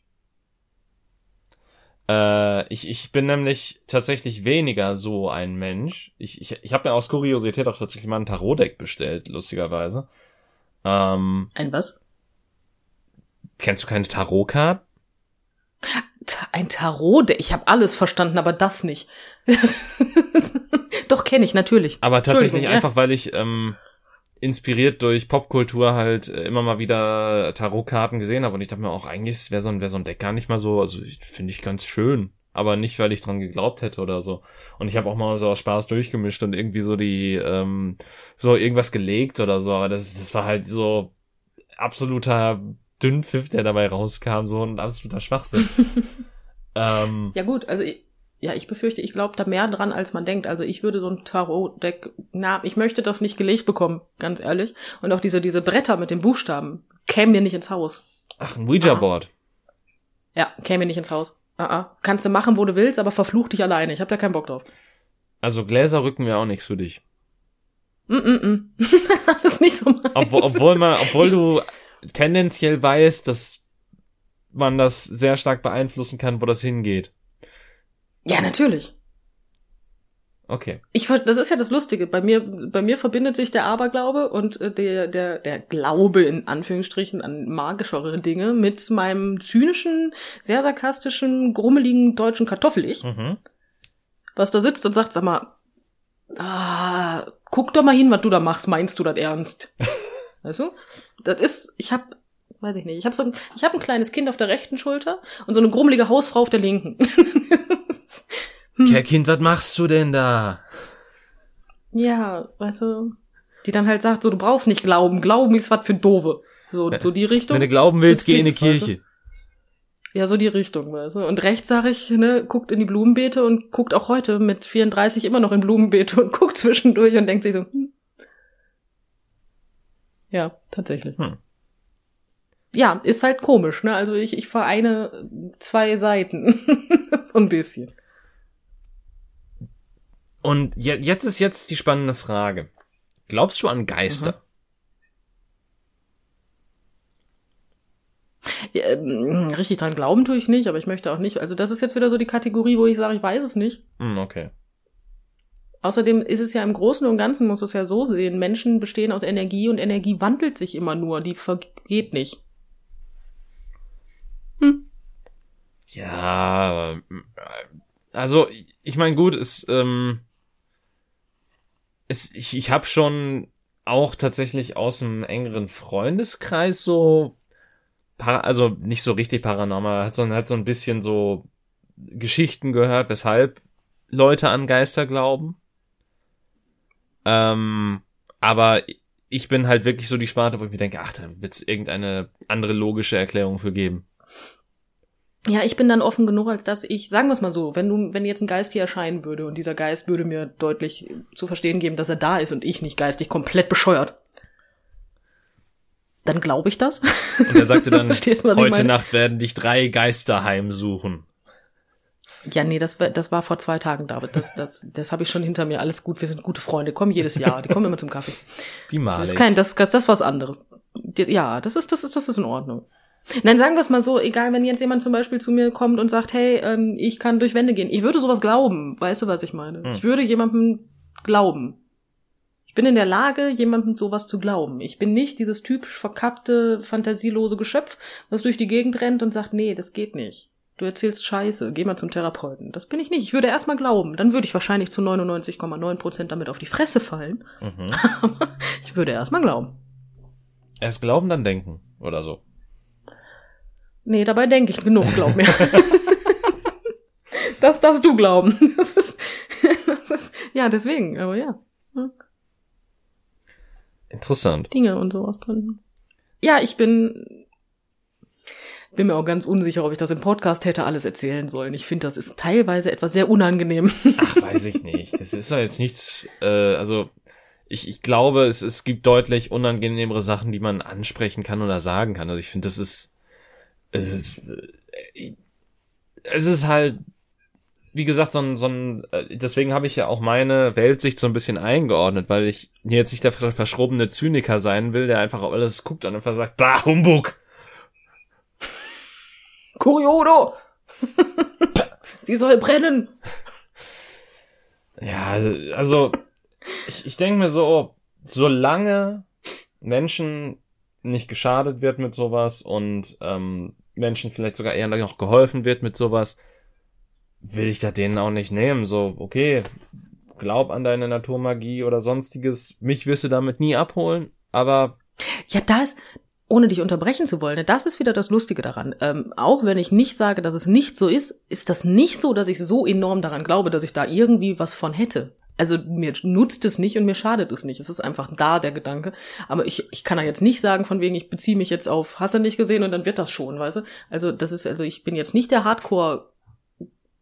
A: Äh, ich, ich bin nämlich tatsächlich weniger so ein Mensch. Ich, ich, ich habe mir aus Kuriosität auch tatsächlich mal ein Tarotdeck bestellt, lustigerweise. Ähm,
B: ein was?
A: Kennst du keine Tarotkarten?
B: Ein Tarotdeck? Ich habe alles verstanden, aber das nicht. Doch, kenne ich, natürlich.
A: Aber tatsächlich einfach, ja. weil ich ähm, inspiriert durch Popkultur halt äh, immer mal wieder Tarotkarten gesehen habe. Und ich dachte mir auch, eigentlich wäre so, ein, wär so ein Deck gar nicht mal so, also finde ich ganz schön. Aber nicht, weil ich dran geglaubt hätte oder so. Und ich habe auch mal so aus Spaß durchgemischt und irgendwie so die, ähm, so irgendwas gelegt oder so. Aber das, das war halt so absoluter Dünnpfiff, der dabei rauskam, so ein absoluter Schwachsinn. ähm,
B: ja gut, also ich, ja, ich befürchte, ich glaube da mehr dran, als man denkt. Also ich würde so ein Tarot-Deck, na, ich möchte das nicht gelegt bekommen, ganz ehrlich. Und auch diese, diese Bretter mit den Buchstaben kämen mir nicht ins Haus.
A: Ach, ein Ouija-Board.
B: Ja, käme mir nicht ins Haus. Uh-uh. Kannst du machen, wo du willst, aber verfluch dich alleine. Ich hab da keinen Bock drauf.
A: Also Gläser rücken wäre auch nichts für dich.
B: Mm-mm. Das ist nicht so meins.
A: Obwohl, obwohl, man, obwohl du tendenziell weißt, dass man das sehr stark beeinflussen kann, wo das hingeht.
B: Ja, natürlich.
A: Okay.
B: Ich, das ist ja das Lustige. Bei mir, bei mir verbindet sich der Aberglaube und der, der, der Glaube in Anführungsstrichen an magischere Dinge mit meinem zynischen, sehr sarkastischen, grummeligen deutschen Kartoffel-Ich,
A: Mhm.
B: was da sitzt und sagt, sag mal, ah, guck doch mal hin, was du da machst, meinst du das ernst? Weißt du? Das ist, ich hab, weiß ich nicht, ich hab so ein, ich hab ein kleines Kind auf der rechten Schulter und so eine grummelige Hausfrau auf der linken.
A: Hm. Kind, was machst du denn da?
B: Ja, weißt du, die dann halt sagt, so, du brauchst nicht glauben, Glauben ist was für Doofe. So, so die Richtung.
A: Wenn du glauben willst,
B: Sitzt
A: geh in die
B: links, weißt
A: Kirche.
B: du? Ja, so die Richtung, weißt du. Und rechts sag ich, ne, guckt in die Blumenbeete und guckt auch heute mit vierunddreißig immer noch in Blumenbeete und guckt zwischendurch und denkt sich so, hm. Ja, tatsächlich. Hm. Ja, ist halt komisch, ne, also ich, ich vereine zwei Seiten. So ein bisschen.
A: Und je, jetzt ist jetzt die spannende Frage. Glaubst du an Geister?
B: Mhm. Ja, ähm, richtig dran glauben tue ich nicht, aber ich möchte auch nicht. Also das ist jetzt wieder so die Kategorie, wo ich sage, ich weiß es nicht.
A: Mm, okay.
B: Außerdem ist es ja im Großen und Ganzen, muss es ja so sehen, Menschen bestehen aus Energie und Energie wandelt sich immer nur, die vergeht nicht. Hm.
A: Ja, also ich meine, gut, es, ähm, es, ich, ich habe schon auch tatsächlich aus einem engeren Freundeskreis so, also nicht so richtig paranormal, sondern hat so ein bisschen so Geschichten gehört, weshalb Leute an Geister glauben. Ähm, aber ich bin halt wirklich so die Sparte, wo ich mir denke, ach, da wird es irgendeine andere logische Erklärung für geben.
B: Ja, ich bin dann offen genug, als dass ich, sagen wir es mal so, wenn du, wenn jetzt ein Geist hier erscheinen würde und dieser Geist würde mir deutlich zu verstehen geben, dass er da ist und ich nicht geistig komplett bescheuert, dann glaube ich das.
A: Und er sagte dann,
B: Verstehst du, was ich
A: heute
B: meine?
A: Nacht werden dich drei Geister heimsuchen.
B: Ja, nee, das war, das war vor zwei Tagen, David. Das, das, das habe ich schon hinter mir. Alles gut, wir sind gute Freunde. Kommen jedes Jahr. Die kommen immer zum Kaffee.
A: Die mal.
B: Das ist kein, das, das ist was anderes. Ja, das ist, das ist, das ist in Ordnung. Nein, sagen wir es mal so, egal, wenn jetzt jemand zum Beispiel zu mir kommt und sagt, hey, ähm, ich kann durch Wände gehen. Ich würde sowas glauben. Weißt du, was ich meine? Hm. Ich würde jemandem glauben. Ich bin in der Lage, jemandem sowas zu glauben. Ich bin nicht dieses typisch verkappte, fantasielose Geschöpf, was durch die Gegend rennt und sagt, nee, das geht nicht. Du erzählst Scheiße, geh mal zum Therapeuten. Das bin ich nicht. Ich würde erst mal glauben. Dann würde ich wahrscheinlich zu neunundneunzig Komma neun Prozent damit auf die Fresse fallen. Mhm. Aber ich würde erst mal glauben.
A: Erst glauben, dann denken. Oder so.
B: Nee, dabei denke ich genug, glaub mir. Das darfst du glauben. Das ist, das ist, ja, deswegen, aber ja.
A: Interessant.
B: Dinge und so aus Gründen. Ja, ich bin, bin mir auch ganz unsicher, ob ich das im Podcast hätte alles erzählen sollen. Ich finde, das ist teilweise etwas sehr unangenehm.
A: Ach, weiß ich nicht. Das ist ja jetzt nichts, äh, also ich, ich glaube, es, es gibt deutlich unangenehmere Sachen, die man ansprechen kann oder sagen kann. Also ich finde, das ist Es ist, es ist halt, wie gesagt, so ein, so ein, deswegen habe ich ja auch meine Weltsicht so ein bisschen eingeordnet, weil ich hier jetzt nicht der verschrobene Zyniker sein will, der einfach auf alles guckt und einfach sagt, bah, Humbug!
B: Kuriodo! Sie soll brennen!
A: Ja, also, ich, ich denke mir so, solange Menschen nicht geschadet wird mit sowas und ähm, Menschen vielleicht sogar eher noch geholfen wird mit sowas, will ich da denen auch nicht nehmen. So, okay, glaub an deine Naturmagie oder sonstiges. Mich wirst du damit nie abholen, aber...
B: Ja, das, ohne dich unterbrechen zu wollen, das ist wieder das Lustige daran. Ähm, auch wenn ich nicht sage, dass es nicht so ist, ist das nicht so, dass ich so enorm daran glaube, dass ich da irgendwie was von hätte. Also mir nutzt es nicht und mir schadet es nicht. Es ist einfach da, der Gedanke. Aber ich ich kann da jetzt nicht sagen, von wegen, ich beziehe mich jetzt auf hast du nicht gesehen und dann wird das schon, weißt du? Also das ist, also ich bin jetzt nicht der Hardcore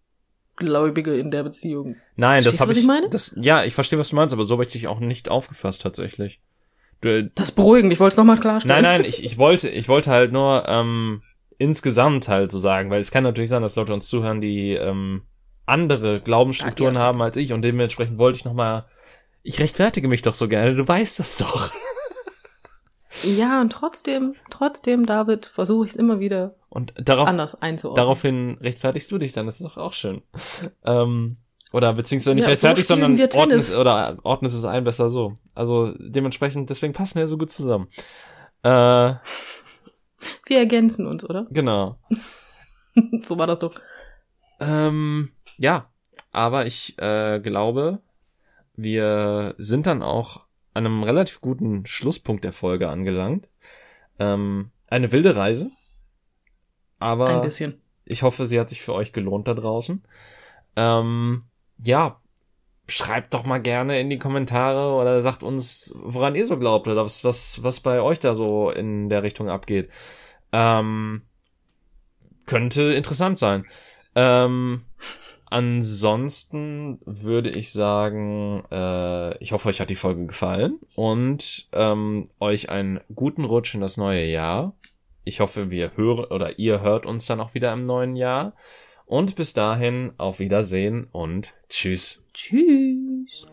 B: Ungläubige in der Beziehung.
A: Nein,
B: Verstehst
A: das habe
B: du, was
A: ich,
B: ich meine?
A: das, ja, ich verstehe, was du meinst, aber so habe ich dich auch nicht aufgefasst, tatsächlich. Du,
B: Das ist beruhigend, ich wollte es nochmal klarstellen.
A: nein, nein, ich, ich wollte, ich wollte halt nur, ähm, insgesamt halt so sagen, weil es kann natürlich sein, dass Leute uns zuhören, die, ähm, andere Glaubensstrukturen
B: Ah, ja.
A: haben als ich und dementsprechend wollte ich nochmal, ich rechtfertige mich doch so gerne, du weißt das doch.
B: Ja, und trotzdem, trotzdem, David, versuche ich es immer wieder
A: Und darauf,
B: anders einzuordnen.
A: daraufhin rechtfertigst du dich dann, das ist doch auch schön. Ähm, oder beziehungsweise nicht
B: Ja,
A: rechtfertigst,
B: so spielen
A: sondern
B: wir Tennis.
A: ordnest, oder ordnest es ein besser so. Also dementsprechend, deswegen passen wir ja so gut zusammen. Äh,
B: Wir ergänzen uns, oder?
A: genau.
B: So war das doch.
A: Ähm, ja, aber ich äh, glaube, wir sind dann auch an einem relativ guten Schlusspunkt der Folge angelangt. Ähm, eine wilde Reise, aber
B: Ein bisschen.
A: ich hoffe, sie hat sich für euch gelohnt da draußen. Ähm, ja, schreibt doch mal gerne in die Kommentare oder sagt uns, woran ihr so glaubt oder was, was, was bei euch da so in der Richtung abgeht. Ähm, könnte interessant sein. Ähm, ansonsten würde ich sagen, äh, ich hoffe, euch hat die Folge gefallen und ähm, euch einen guten Rutsch in das neue Jahr. Ich hoffe, wir hören oder ihr hört uns dann auch wieder im neuen Jahr. Und bis dahin auf Wiedersehen und tschüss.
B: Tschüss.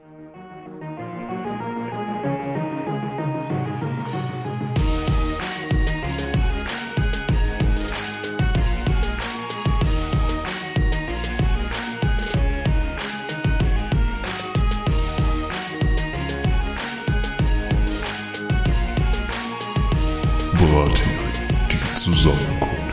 C: Brathering, die Zusammenkunft.